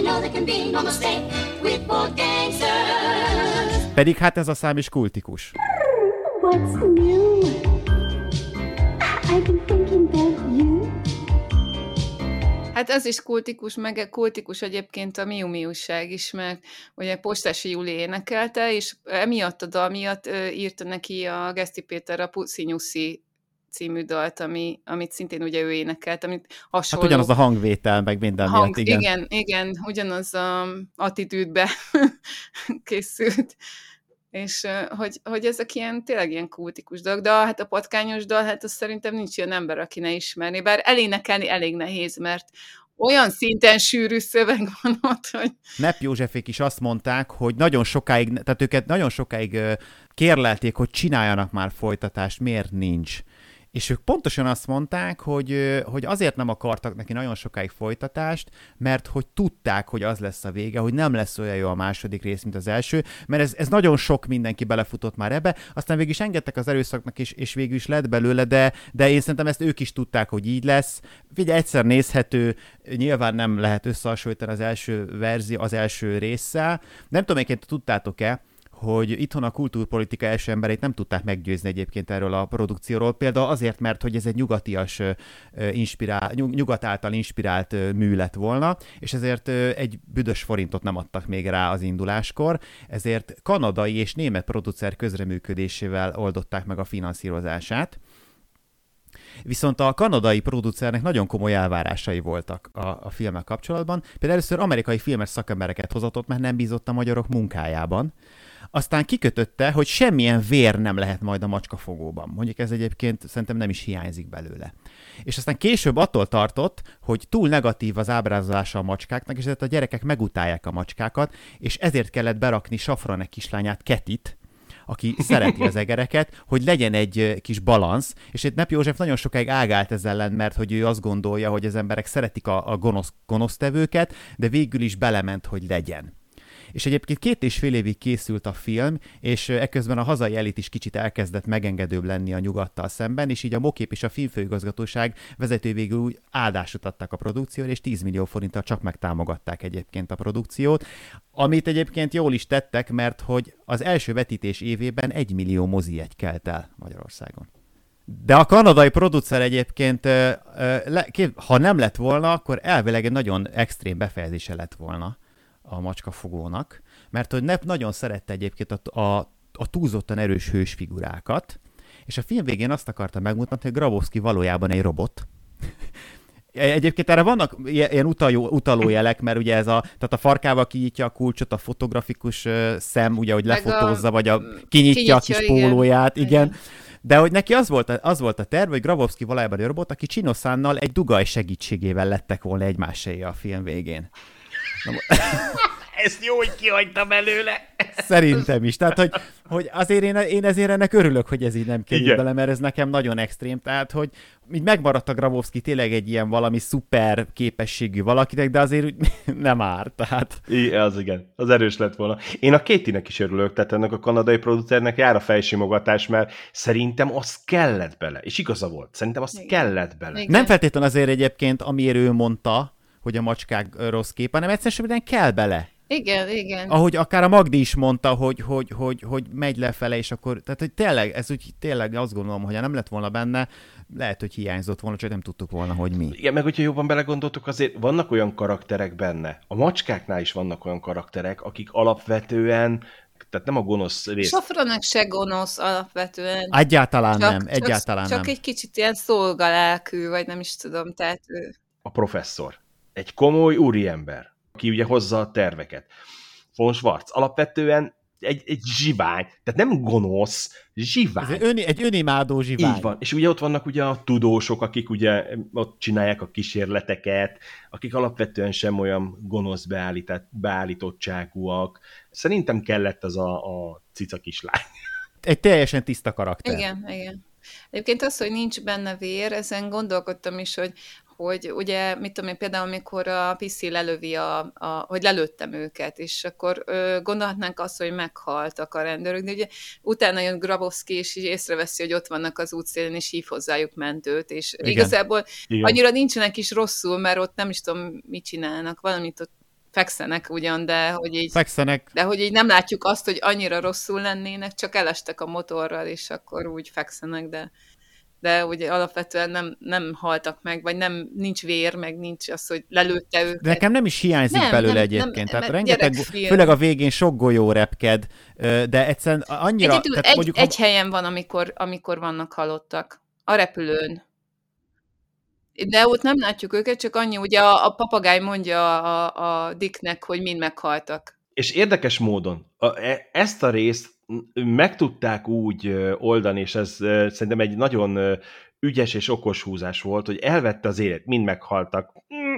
Pedig hát ez a szám is kultikus. What's new? I've been thinking about you. Hát ez is kultikus, meg kultikus egyébként a Miu Miu-ság is, mert ugye Postási Júli énekelte, és emiatt a dal miatt írta neki a Geszti Péter a Puszi Nyuszi című dalt, ami, amit szintén ugye ő énekelt, amit hasonló... Hát ugyanaz a hangvétel, meg minden hang, miatt, igen. Igen, igen, ugyanaz a attitűdbe készült. És hogy, hogy ezek ilyen, tényleg ilyen kultikus dolgok, de hát a patkányos dal, hát az szerintem nincs olyan ember, aki ne ismerné, bár elénekelni elég nehéz, mert olyan szinten sűrű szöveg van ott, hogy... Nepp Józsefék is azt mondták, hogy nagyon sokáig, tehát őket nagyon sokáig kérlelték, hogy csináljanak már folytatást, miért nincs. És ők pontosan azt mondták, hogy, hogy azért nem akartak neki nagyon sokáig folytatást, mert hogy tudták, hogy az lesz a vége, hogy nem lesz olyan jó a második rész, mint az első, mert ez, ez nagyon sok mindenki belefutott már ebbe, aztán végül is engedtek az erőszaknak, és, és végül is lett belőle, de, de én szerintem ezt ők is tudták, hogy így lesz. Figyelj, egyszer nézhető, nyilván nem lehet összehasonlítani az első verzió, az első résszel. Nem tudom, egyébként tudtátok-e, hogy itthon a kultúrpolitika első embereit nem tudták meggyőzni egyébként erről a produkcióról, például azért, mert hogy ez egy nyugatias, inspirál, nyugat által inspirált mű lett volna, és ezért egy büdös forintot nem adtak még rá az induláskor, ezért kanadai és német producer közreműködésével oldották meg a finanszírozását. Viszont a kanadai producernek nagyon komoly elvárásai voltak a, a filmmel kapcsolatban. Például először amerikai filmes szakembereket hozott ott, mert nem bízott a magyarok munkájában. Aztán kikötötte, hogy semmilyen vér nem lehet majd a macskafogóban. Mondjuk ez egyébként szerintem nem is hiányzik belőle. És aztán később attól tartott, hogy túl negatív az ábrázolása a macskáknak, és ezért a gyerekek megutálják a macskákat, és ezért kellett berakni Safranek kislányát, Ketit, aki szereti az egereket, hogy legyen egy kis balansz, és itt Nepp József nagyon sokáig ágált ez ellen, mert hogy ő azt gondolja, hogy az emberek szeretik a, a gonosz, gonosztevőket, de végül is belement, hogy legyen. És egyébként két és fél évig készült a film, és ekközben a hazai elit is kicsit elkezdett megengedőbb lenni a nyugattal szemben, és így a Mokép és a filmfőigazgatóság vezető végül úgy áldásot adtak a produkcióra, és tíz millió forinttal csak megtámogatták egyébként a produkciót, amit egyébként jól is tettek, mert hogy az első vetítés évében egy millió mozijegy kelt el Magyarországon. De a kanadai producer egyébként, ha nem lett volna, akkor elvileg egy nagyon extrém befejezése lett volna a macskafogónak, mert hogy Nepp nagyon szerette egyébként a, a, a túlzottan erős hősfigurákat, és a film végén azt akarta megmutatni, hogy Grabowski valójában egy robot. Egyébként erre vannak ilyen utaló, utalójelek, mert ugye ez a, tehát a farkával kinyitja a kulcsot, a fotografikus szem, ugye, hogy lefotózza, vagy a, kinyitja, kinyitja a kis igen. pólóját, igen. igen. De hogy neki az volt, a, az volt a terv, hogy Grabowski valójában egy robot, aki Csinoszánnal egy dugaj segítségével lettek volna egymáséja a film végén. Ezt jó, hogy kihagytam belőle. Szerintem is. Tehát, hogy, hogy azért én, én ezért ennek örülök, hogy ez így nem kerül Igen. bele, mert ez nekem nagyon extrém. Tehát, hogy így megmaradt a Grabowski tényleg egy ilyen valami szuper képességű valakinek, de azért úgy nem árt. Tehát... I, az igen, az erős lett volna. Én a Katie-nek is örülök, tehát ennek a kanadai producernek jár a fejsimogatás, mert szerintem az kellett bele. És igaza volt, szerintem az igen. kellett bele. Igen. Nem feltétlenül azért egyébként, amiért ő mondta, hogy a macskák rossz kép, hanem egyszerűen kell bele. Igen, igen. Ahogy akár a Magdi is mondta, hogy, hogy, hogy, hogy megy lefele, és akkor, tehát hogy tényleg, ez úgy tényleg azt gondolom, hogy ha nem lett volna benne, lehet, hogy hiányzott volna, csak nem tudtuk volna, hogy mi. Igen, meg hogyha jobban belegondoltuk, azért vannak olyan karakterek benne. A macskáknál is vannak olyan karakterek, akik alapvetően, tehát nem a gonosz rész. Safranak se gonosz alapvetően. Egyáltalán csak, nem, csak, egyáltalán csak nem. Csak egy kicsit ilyen szolgalelkű, vagy nem is tudom, tehát ő... A professzor. Egy komoly úriember, aki ugye hozza a terveket. Von Schwarz alapvetően egy, egy zsivány, tehát nem gonosz, zsivány. Ez egy, ön, egy önimádó zsivány. Így van, és ugye ott vannak ugye a tudósok, akik ugye ott csinálják a kísérleteket, akik alapvetően sem olyan gonosz beállítottságúak. Szerintem kellett az a, a cica kislány. Egy teljesen tiszta karakter. Igen, igen. Egyébként az, hogy nincs benne vér, ezen gondolkodtam is, hogy hogy ugye, mit tudom én, például amikor a Piszi lelövi, a, a, hogy lelőttem őket, és akkor ö, gondolhatnánk azt, hogy meghaltak a rendőrök, de ugye utána jön Grabowski, és észreveszi, hogy ott vannak az útszélén, és hív hozzájuk mentőt, és igen. igazából igen. annyira nincsenek is rosszul, mert ott nem is tudom, mit csinálnak, valamit ott fekszenek ugyan, de hogy így, fekszenek. de hogy így nem látjuk azt, hogy annyira rosszul lennének, csak elestek a motorral, és akkor úgy fekszenek, de, de ugye alapvetően nem, nem haltak meg, vagy nem nincs vér, meg nincs az, hogy lelőtte őket. De nekem nem is hiányzik nem, belőle nem, egyébként. Nem, tehát rengeteg, főleg a végén sok golyó repked, de egyszerűen annyira... Egyedül, tehát egy, mondjuk, egy ha... helyen van, amikor, amikor vannak halottak. A repülőn. De ott nem látjuk őket, csak annyi, ugye a, a papagáj mondja a, a Dicknek, hogy mind meghaltak. És érdekes módon a, ezt a részt meg tudták úgy oldani, és ez szerintem egy nagyon ügyes és okos húzás volt, hogy elvette az élet, mind meghaltak.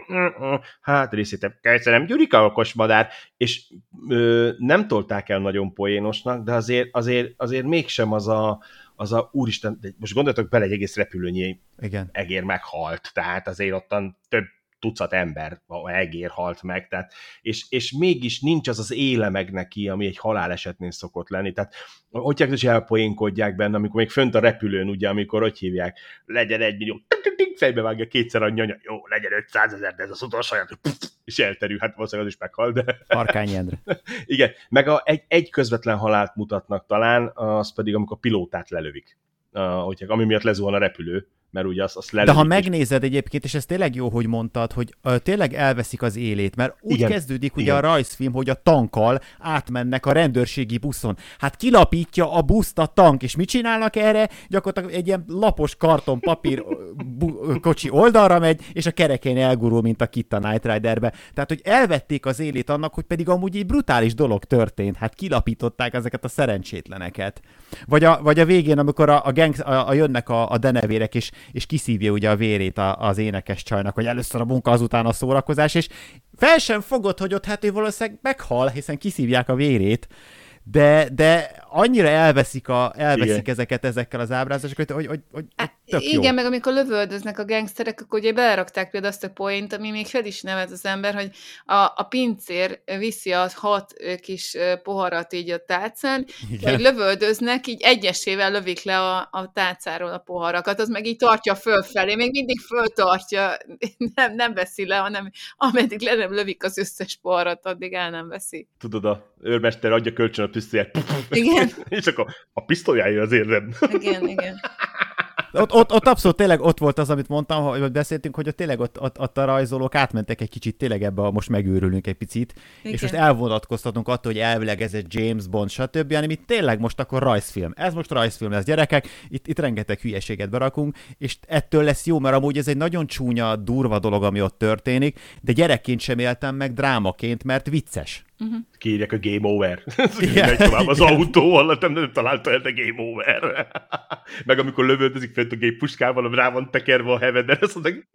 Hát részítem, köszönöm, Gyurika okos madár, és ö, nem tolták el nagyon poénosnak, de azért, azért, azért mégsem az a az a, úristen, most gondoljatok bele, egy egész repülőnyi Igen. egér meghalt, tehát azért ottan több tucat ember, egér halt meg, tehát, és, és mégis nincs az az éle meg neki, ami egy halálesetnél szokott lenni, tehát hogy is elpoénkodják benne, amikor még fönt a repülőn, ugye, amikor hogy hívják, legyen egy millió, fejbe vágja kétszer annyi anya, jó, legyen ötszázezer, de ez az utolsó, és elterül, hát valószínűleg az is meghal, de... Parkány Endre. Igen, meg a, egy, egy közvetlen halált mutatnak talán, az pedig, amikor a pilótát lelövik, uh, ami miatt lezuhan a repülő, mert ugye azt, azt lelövik. De ha megnézed egyébként, és ez tényleg jó, hogy mondtad, hogy uh, tényleg elveszik az élét, mert úgy Igen. kezdődik ugye Igen. a rajzfilm, hogy a tankkal átmennek a rendőrségi buszon. Hát kilapítja a buszt a tank, és mit csinálnak erre? Gyakorlatilag egy ilyen lapos kartonpapír bu- kocsi oldalra megy, és a kerekén elgurul, mint a Kit a Knight Riderbe. Tehát, hogy elvették az élét annak, hogy pedig amúgy egy brutális dolog történt. Hát kilapították ezeket a szerencsétleneket. Vagy a, vagy a végén, amikor a, a, gang, a, a jönnek a, a denevérek, és és kiszívja ugye a vérét a, az énekes csajnak, hogy először a munka, azután a szórakozás, és fel sem fogod, hogy ott hát ő valószínűleg meghal, hiszen kiszívják a vérét, de, de annyira elveszik, a, elveszik ezeket ezekkel az ábrázosokat, hogy, hogy, hogy, hogy tök Igen, jó. meg amikor lövöldöznek a gangsterek, akkor ugye belerakták például azt a poént, ami még fel is nevet az ember, hogy a, a pincér viszi a hat kis poharat így a tálcán, Igen. hogy lövöldöznek, így egyesével lövik le a, a tálcáról a poharakat, az meg így tartja fölfelé, még mindig föltartja, nem, nem veszi le, hanem ameddig le nem lövik az összes poharat, addig el nem veszi. Tudod, a őrmester adja kölcsön a pisztolyát. Igen. És akkor a pisztolyája azért nem. Igen, igen. Ott, ott, ott abszolút tényleg ott volt az, amit mondtam, hogy beszéltünk, hogy ott tényleg ott, ott, ott a rajzolók átmentek egy kicsit tényleg ebbe, a, most megőrülünk egy picit, Igen. és most elvonatkoztatunk attól, hogy elvileg ez egy James Bond, stb., hanem itt tényleg most akkor rajzfilm. Ez most rajzfilm lesz, gyerekek, itt, itt rengeteg hülyeséget berakunk, és ettől lesz jó, mert amúgy ez egy nagyon csúnya, durva dolog, ami ott történik, de gyerekként sem éltem meg drámaként, mert vicces. Uh-huh. Kérjek a game over. Megy tovább az autó alatt, nem, nem találta el a game over. Meg amikor lövöldözik fent a géppuskával, rá van tekerve a heveden, azt mondják...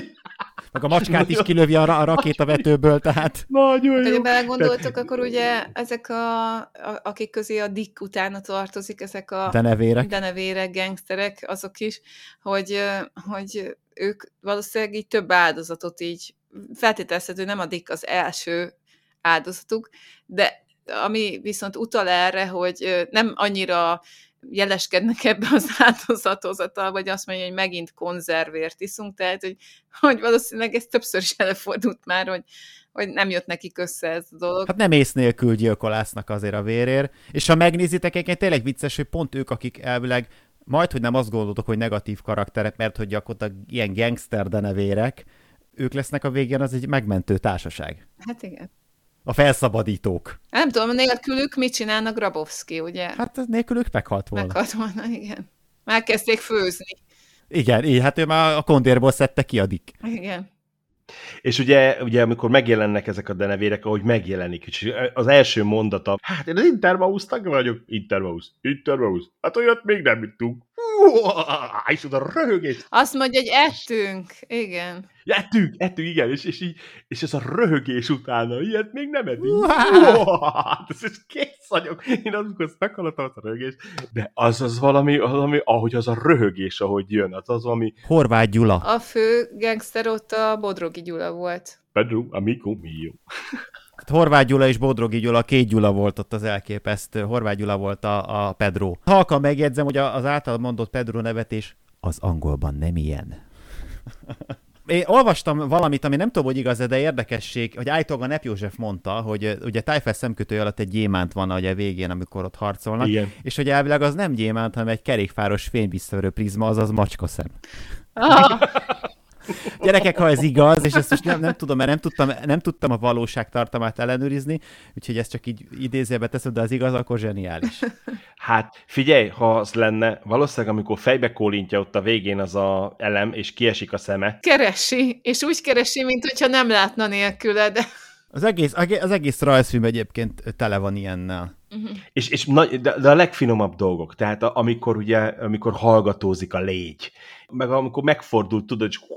Meg a macskát is kilövi a, a rakétavetőből, tehát... Nagyon jó. Ha belegondoltok, akkor ugye ezek, a, a, akik közé a Dick utána tartozik, ezek a denevérek, denevérek gangsterek, azok is, hogy, hogy ők valószínűleg így több áldozatot így feltételezhető, nem a Dick az első áldozatuk, de ami viszont utal erre, hogy nem annyira jeleskednek ebbe az áldozathozatal, vagy azt mondja, hogy megint konzervért iszunk, tehát, hogy, hogy valószínűleg ez többször is előfordult már, hogy, hogy nem jött nekik össze ez a dolog. Hát nem ész nélkül gyilkolásznak azért a vérért, és ha megnézitek, egyébként tényleg vicces, hogy pont ők, akik elvileg majd, hogy nem azt gondoltok, hogy negatív karakterek, mert hogy gyakorlatilag ilyen gangster denevérek, ők lesznek a végén, az egy megmentő társaság. Hát igen. A felszabadítók. Nem tudom, nélkülük mit csinálna Grabowski, ugye? Hát nélkülük meghalt volna. Meghalt volna, igen. Már kezdték főzni. Igen, így, hát ő már a kondérból szedte ki a Dick. Igen. És ugye, ugye, amikor megjelennek ezek a denevérek, ahogy megjelenik, és az első mondata, hát én az Intermaus tag vagyok, Intermaus, Intermaus, hát olyat még nem tudtunk. és oda röhögés. Azt mondja, hogy ettünk. Igen. Ettünk, ettünk, igen, és, és, így, és ez a röhögés utána, ilyet még nem eddig. Ez is kész vagyok. Én amikor ezt meghallottam, az a röhögés, de az az valami, valami, ahogy az a röhögés, ahogy jön, az az valami... Horváth Gyula. A fő gangster ott a Bodrogi Gyula volt. Pedro, amigo mio. Horváth Gyula és Bodrogi Gyula, két Gyula volt ott az elképesztő. Horváth Gyula volt a, a Pedro. Halkan megjegyzem, hogy az által mondott Pedro nevetés az angolban nem ilyen. Én olvastam valamit, ami nem tudom, hogy igaz, de érdekesség, hogy állítólag a Nep József mondta, hogy ugye Tájfesz szemkötő alatt egy gyémánt van ugye végén, amikor ott harcolnak, igen. És hogy elvileg az nem gyémánt, hanem egy kerékfáros fényvisszaverő prizma, azaz macskaszem. Ah. Gyerekek, ha ez igaz, és ezt most nem, nem tudom, mert nem tudtam, nem tudtam a valóság tartalmát ellenőrizni, úgyhogy ezt csak így idézőjelbe teszem, de az igaz, akkor zseniális. Hát figyelj, ha az lenne, valószínűleg amikor fejbe kólintja ott a végén az a elem, és kiesik a szeme. Keresi, és úgy keresi, mint hogyha nem látna nélküle, de... Az egész, az egész rajzfilm egyébként tele van ilyennel. Uh-huh. És, és nagy, de, de a legfinomabb dolgok, tehát a, amikor ugye, amikor hallgatózik a légy, meg amikor megfordul, tudod, és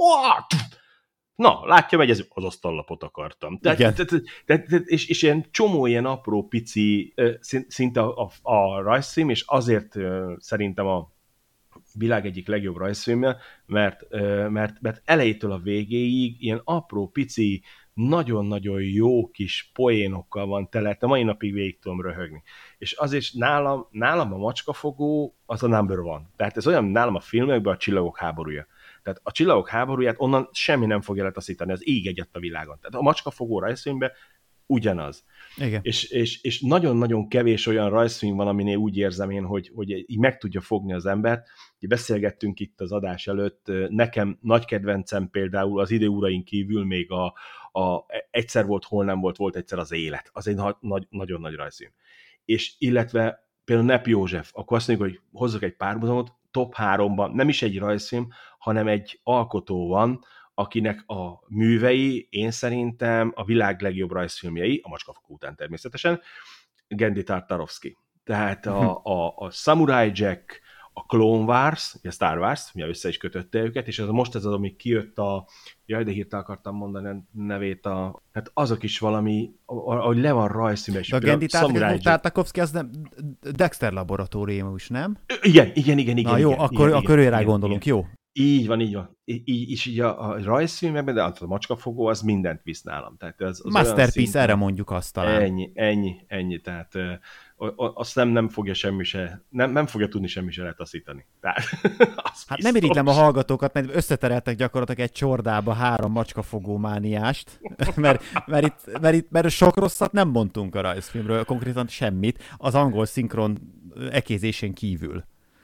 na, látja meg, ez az asztallapot akartam. De, de, de, de, de, és, és ilyen csomó ilyen apró, pici, szinte a, a, a rajzfilm, és azért szerintem a világ egyik legjobb rajzfilmje, mert, mert, mert elejétől a végéig ilyen apró, pici, nagyon-nagyon jó kis poénokkal van tele, de mai napig végig tudom röhögni. És azért nálam, nálam a macskafogó az a number one. Tehát ez olyan nálam a filmekben a Csillagok háborúja. Tehát a Csillagok háborúját onnan semmi nem fogja letaszítani, az ég egyet a világon. Tehát a macskafogó rajzfilmben ugyanaz. Igen. És, és, és nagyon-nagyon kevés olyan rajzfilm van, aminél úgy érzem én, hogy, hogy így meg tudja fogni az embert. Beszélgettünk itt az adás előtt, nekem nagy kedvencem például az Időurain kívül még a, a Egyszer volt, hol nem volt, volt egyszer az élet. Az egy nagy, nagyon nagy rajzfilm. És illetve például Nep József, akkor azt mondjuk, hogy hozzak egy párhuzamot, top háromban nem is egy rajzfilm, hanem egy alkotó van, akinek a művei, én szerintem a világ legjobb rajzfilmjei, a Macskafogó után természetesen, Genndy Tartarovsky. Tehát a, a, a Samurai Jack, a Clone Wars, a Star Wars, ugye össze is kötötte őket, és ez most ez az, ami kijött a, jaj, de hirtelen akartam mondani a nevét, a, hát azok is valami, ahogy le van rajzfilmben. De a Genndy Tartakovsky az nem Dexter Laboratórium is, nem? Igen, igen, igen, igen. Na jó, igen, akkor, igen, akkor őrá igen, gondolunk, igen. jó? Így van, így van. Így, és így a, a rajzfilmekben, de a macskafogó az mindent visz nálam. Tehát az, az Masterpiece, erre mondjuk azt talán. Ennyi, ennyi, ennyi. Tehát ö, azt nem, nem fogja semmi se, nem, nem fogja tudni semmi se letaszítani. Tehát, hát nem irigylem a hallgatókat, mert összetereltek gyakorlatilag egy csordába három macskafogó mániást, mert, mert, itt, mert, itt, mert sok rosszat nem mondtunk a rajzfilmről, konkrétan semmit, az angol szinkron ekézésén kívül.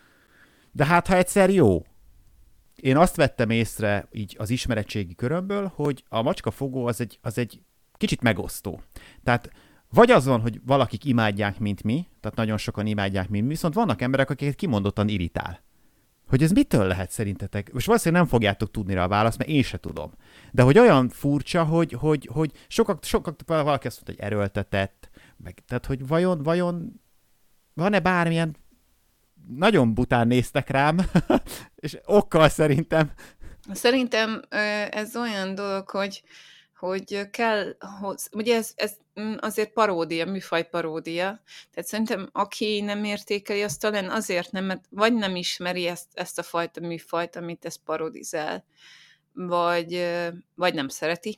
De hát, ha egyszer jó. Én azt vettem észre így az ismeretségi körömből, hogy a macskafogó az egy, az egy kicsit megosztó. Tehát vagy az van, hogy valakik imádják, mint mi, tehát nagyon sokan imádják, mint mi, viszont vannak emberek, akiket kimondottan irritál. Hogy ez mitől lehet szerintetek? Most valószínűleg nem fogjátok tudni rá a választ, mert én se tudom. De hogy olyan furcsa, hogy, hogy, hogy sokak, sokak, valaki azt mondta, hogy erőltetett, meg, tehát hogy vajon, vajon van-e bármilyen nagyon bután néztek rám, és okkal szerintem. Szerintem ez olyan dolog, hogy, hogy kell, ugye ez, ez azért paródia, műfaj paródia, tehát szerintem aki nem értékeli, azt talán azért nem, mert vagy nem ismeri ezt, ezt a fajta műfajt, amit ez parodizál, vagy, vagy nem szereti,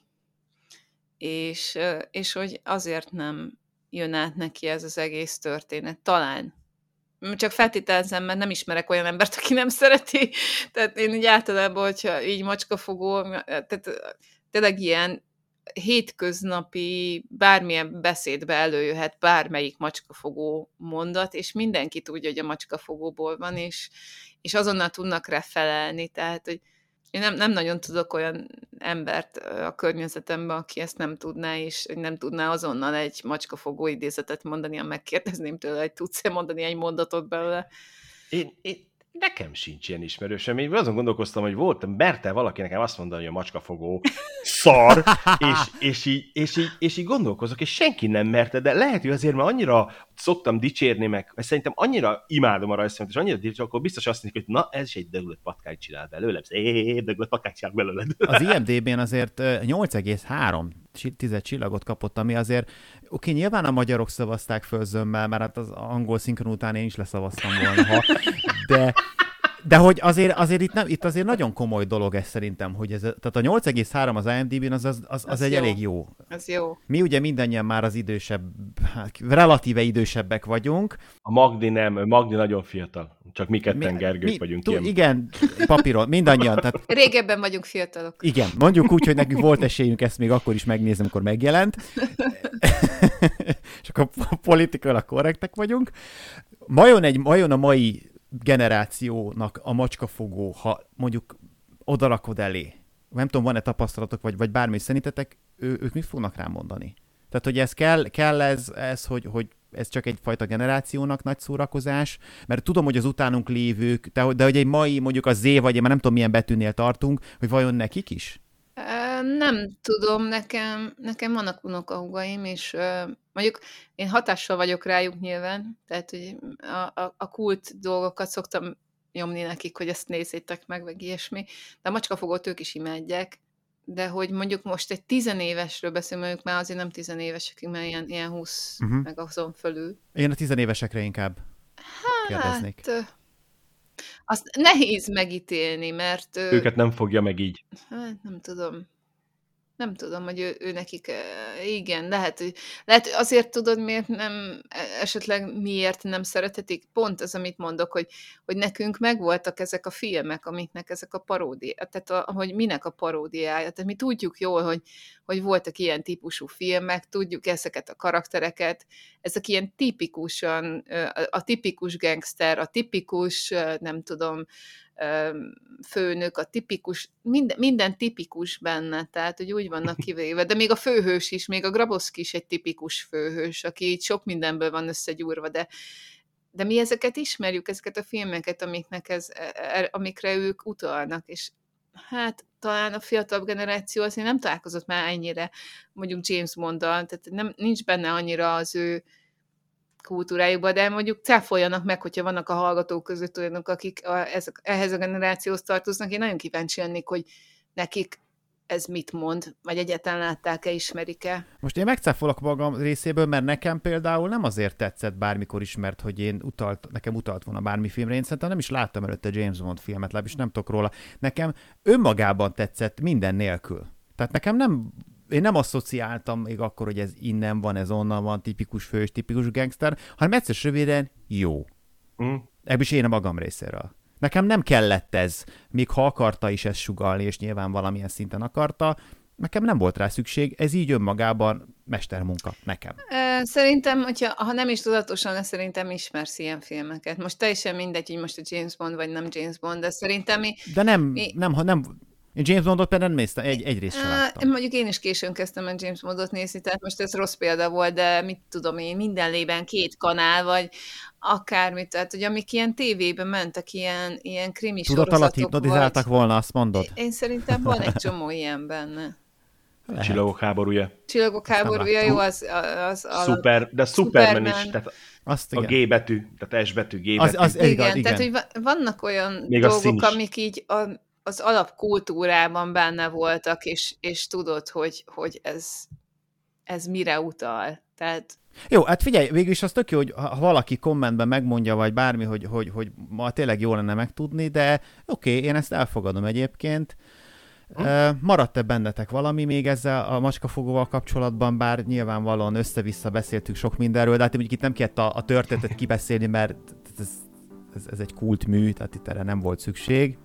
és, és hogy azért nem jön át neki ez az egész történet, talán. Csak feltételezem, mert nem ismerek olyan embert, aki nem szereti. Tehát én így általában, hogyha így macskafogó, tehát tényleg ilyen hétköznapi, bármilyen beszédbe előjöhet bármelyik macskafogó mondat, és mindenki tudja, hogy a macskafogóból van, és, és azonnal tudnak rá felelni. Tehát, hogy én nem, nem nagyon tudok olyan embert a környezetemben, aki ezt nem tudná, és nem tudná azonnal egy macskafogó idézetet mondani, ha megkérdezném tőle, hogy tudsz-e mondani egy mondatot belőle. Én, én, Nekem sincs ilyen ismerősöm. Én azon gondolkoztam, hogy volt, merte valaki nekem azt mondani, hogy a macskafogó szar, és, és, így, és, így, és így gondolkozok, és senki nem merte, de lehet, hogy azért, mert annyira szoktam dicsérni meg, mert szerintem annyira imádom a rajzfilmet, és annyira dicsérni, akkor biztos azt mondjuk, hogy na, ez is egy döglött patkányt csinál belőlem, szép döglött patkányt csinál belőled. Az I M D B-n azért nyolc egész három csillagot kapott, ami azért, oké, nyilván a magyarok szavazták föl zömmel, mert hát az angol szinkron után én is leszavaztam volna, ha, de De hogy azért, azért itt, nem, itt azért nagyon komoly dolog ez szerintem, hogy ez, tehát a nyolc egész három az I M D B-n az, az, az, az egy jó. elég jó. Az jó. Mi ugye mindannyian már az idősebb, hát relatíve idősebbek vagyunk. A Magdi nem, Magdi nagyon fiatal. Csak mi ketten mi, Gergők mi, vagyunk. T- igen, papíron, mindannyian. Tehát, régebben vagyunk fiatalok. Igen, mondjuk úgy, hogy nekünk volt esélyünk ezt még akkor is megnézni, amikor megjelent. És akkor politikailag korrektek vagyunk. Majon, egy, majon a mai generációnak a macskafogó, ha mondjuk odarakod elé, nem tudom, van-e tapasztalatok, vagy, vagy bármi szerintetek, ő, ők mit fognak rám mondani? Tehát, hogy ez kell, kell ez, ez hogy, hogy ez csak egyfajta generációnak nagy szórakozás, mert tudom, hogy az utánunk lévők, de, de hogy egy mai, mondjuk a Z, vagy én már nem tudom, milyen betűnél tartunk, hogy vajon nekik is? Nem tudom, nekem, nekem vannak unokahúgaim, és uh, mondjuk én hatással vagyok rájuk nyilván, tehát hogy a, a, a kult dolgokat szoktam nyomni nekik, hogy ezt nézzétek meg, meg ilyesmi, de a macskafogót ők is imádják, de hogy mondjuk most egy tizenévesről beszélünk, ők már azért nem tizenévesek, már ilyen, ilyen húsz uh-huh. meg azon fölül. Én a tizenévesekre inkább hát, kérdeznék. Azt nehéz megítélni, mert... Őket nem fogja meg így. Hát nem tudom. Nem tudom, hogy ő, ő nekik, igen, lehet, hogy lehet, azért tudod, miért nem, esetleg miért nem szeretetik? Pont az, amit mondok, hogy, hogy nekünk megvoltak ezek a filmek, amiknek ezek a paródiák, tehát a, hogy minek a paródiája. Tehát mi tudjuk jól, hogy, hogy voltak ilyen típusú filmek, tudjuk ezeket a karaktereket, ezek ilyen tipikusan, a tipikus gangster, a tipikus, nem tudom, főnök, a tipikus, minden, minden tipikus benne, tehát, hogy úgy vannak kivéve, de még a főhős is, még a Grabowski is egy tipikus főhős, aki így sok mindenből van összegyúrva, de, de mi ezeket ismerjük, ezeket a filmeket, amiknek ez, amikre ők utalnak, és hát talán a fiatalabb generáció azért nem találkozott már ennyire, mondjuk James Bonddal, tehát nem, nincs benne annyira az ő kultúrájukban, de mondjuk cáfoljanak meg, hogyha vannak a hallgatók között olyanok, akik a, ez, ehhez a generációhoz tartoznak. Én nagyon kíváncsi lennék, hogy nekik ez mit mond, vagy egyáltalán látták-e, ismerik-e. Most én megcáfolok magam részéből, mert nekem például nem azért tetszett bármikor is, mert hogy én utalt, nekem utalt volna bármi filmre, én szerintem nem is láttam előtte James Bond filmet, legalábbis nem tudok róla. Nekem önmagában tetszett minden nélkül. Tehát nekem nem én nem asszociáltam még akkor, hogy ez innen van, ez onnan van, tipikus fős, tipikus gangster, hanem egyszer röviden jó. Mm. Ebből is én a magam részéről. Nekem nem kellett ez, még ha akarta is ezt sugallni, és nyilván valamilyen szinten akarta, nekem nem volt rá szükség, ez így önmagában mestermunka nekem. Szerintem, hogyha, ha nem is tudatosan, de szerintem ismersz ilyen filmeket. Most teljesen mindegy, hogy most a James Bond, vagy nem James Bond, de szerintem mi... De nem, mi... nem, ha nem... Én James Bondot például nem néztem, egy, egy részt sem láttam. Mondjuk én is későn kezdtem el James Bondot nézni, tehát most ez rossz példa volt, de mit tudom én, minden lében két kanál, vagy akármit, tehát hogy amik ilyen tévében mentek, ilyen, ilyen krimi sorozatok. Tudat alatt hipnotizáltak vagy... volna, azt mondod? Én szerintem van egy csomó ilyen benne. Lehet. Csillagok háborúja. Csillagok háborúja, jó, az... az, az Szuper, de Superman is, tehát azt a G betű, tehát S betű, G betű. Az, az, igen, igen, igen, tehát hogy vannak olyan még dolgok, amik így a, az alapkultúrában benne voltak, és, és tudod, hogy, hogy ez, ez mire utal. Tehát... Jó, hát figyelj, végülis az tök jó, hogy ha valaki kommentben megmondja, vagy bármi, hogy, hogy, hogy ma tényleg jó lenne megtudni, de oké, okay, én ezt elfogadom egyébként. Hm? Maradt-e bennetek valami még ezzel a macskafogóval kapcsolatban, bár nyilvánvalóan össze-vissza beszéltük sok mindenről, de hát mondjuk itt nem kellett a, a történetet kibeszélni, mert ez, ez, ez egy kultmű, tehát itt erre nem volt szükség.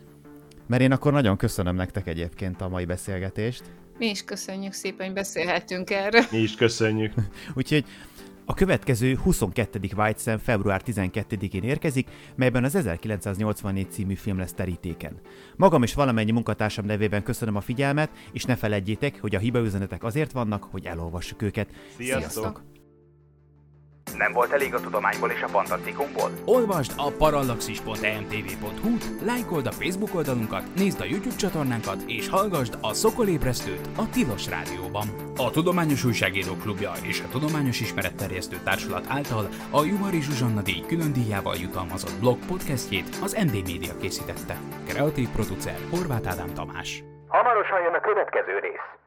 Mert én akkor nagyon köszönöm nektek egyébként a mai beszélgetést. Mi is köszönjük szépen, hogy beszélhetünk erről. Mi is köszönjük. Úgyhogy a következő huszonkettedik White Sam február tizenkettedikén érkezik, melyben az ezerkilencszáznyolcvannégy című film lesz terítéken. Magam és valamennyi munkatársam nevében köszönöm a figyelmet, és ne feledjétek, hogy a hibaüzenetek azért vannak, hogy elolvassuk őket. Sziasztok! Sziasztok! Nem volt elég a tudományból és a fantasztikumból? Olvasd a parallaxis pont e m t v pont h-t, lájkold a Facebook oldalunkat, nézd a YouTube csatornánkat, és hallgasd a Szokolébresztőt a Tilos Rádióban. A Tudományos Újságírók Klubja és a Tudományos Ismeretterjesztő Társulat által a Juhari Zsuzsanna díj külön díjával jutalmazott blog podcastjét az em dé Media készítette. Kreatív producer Horváth Ádám Tamás. Hamarosan jön a következő rész.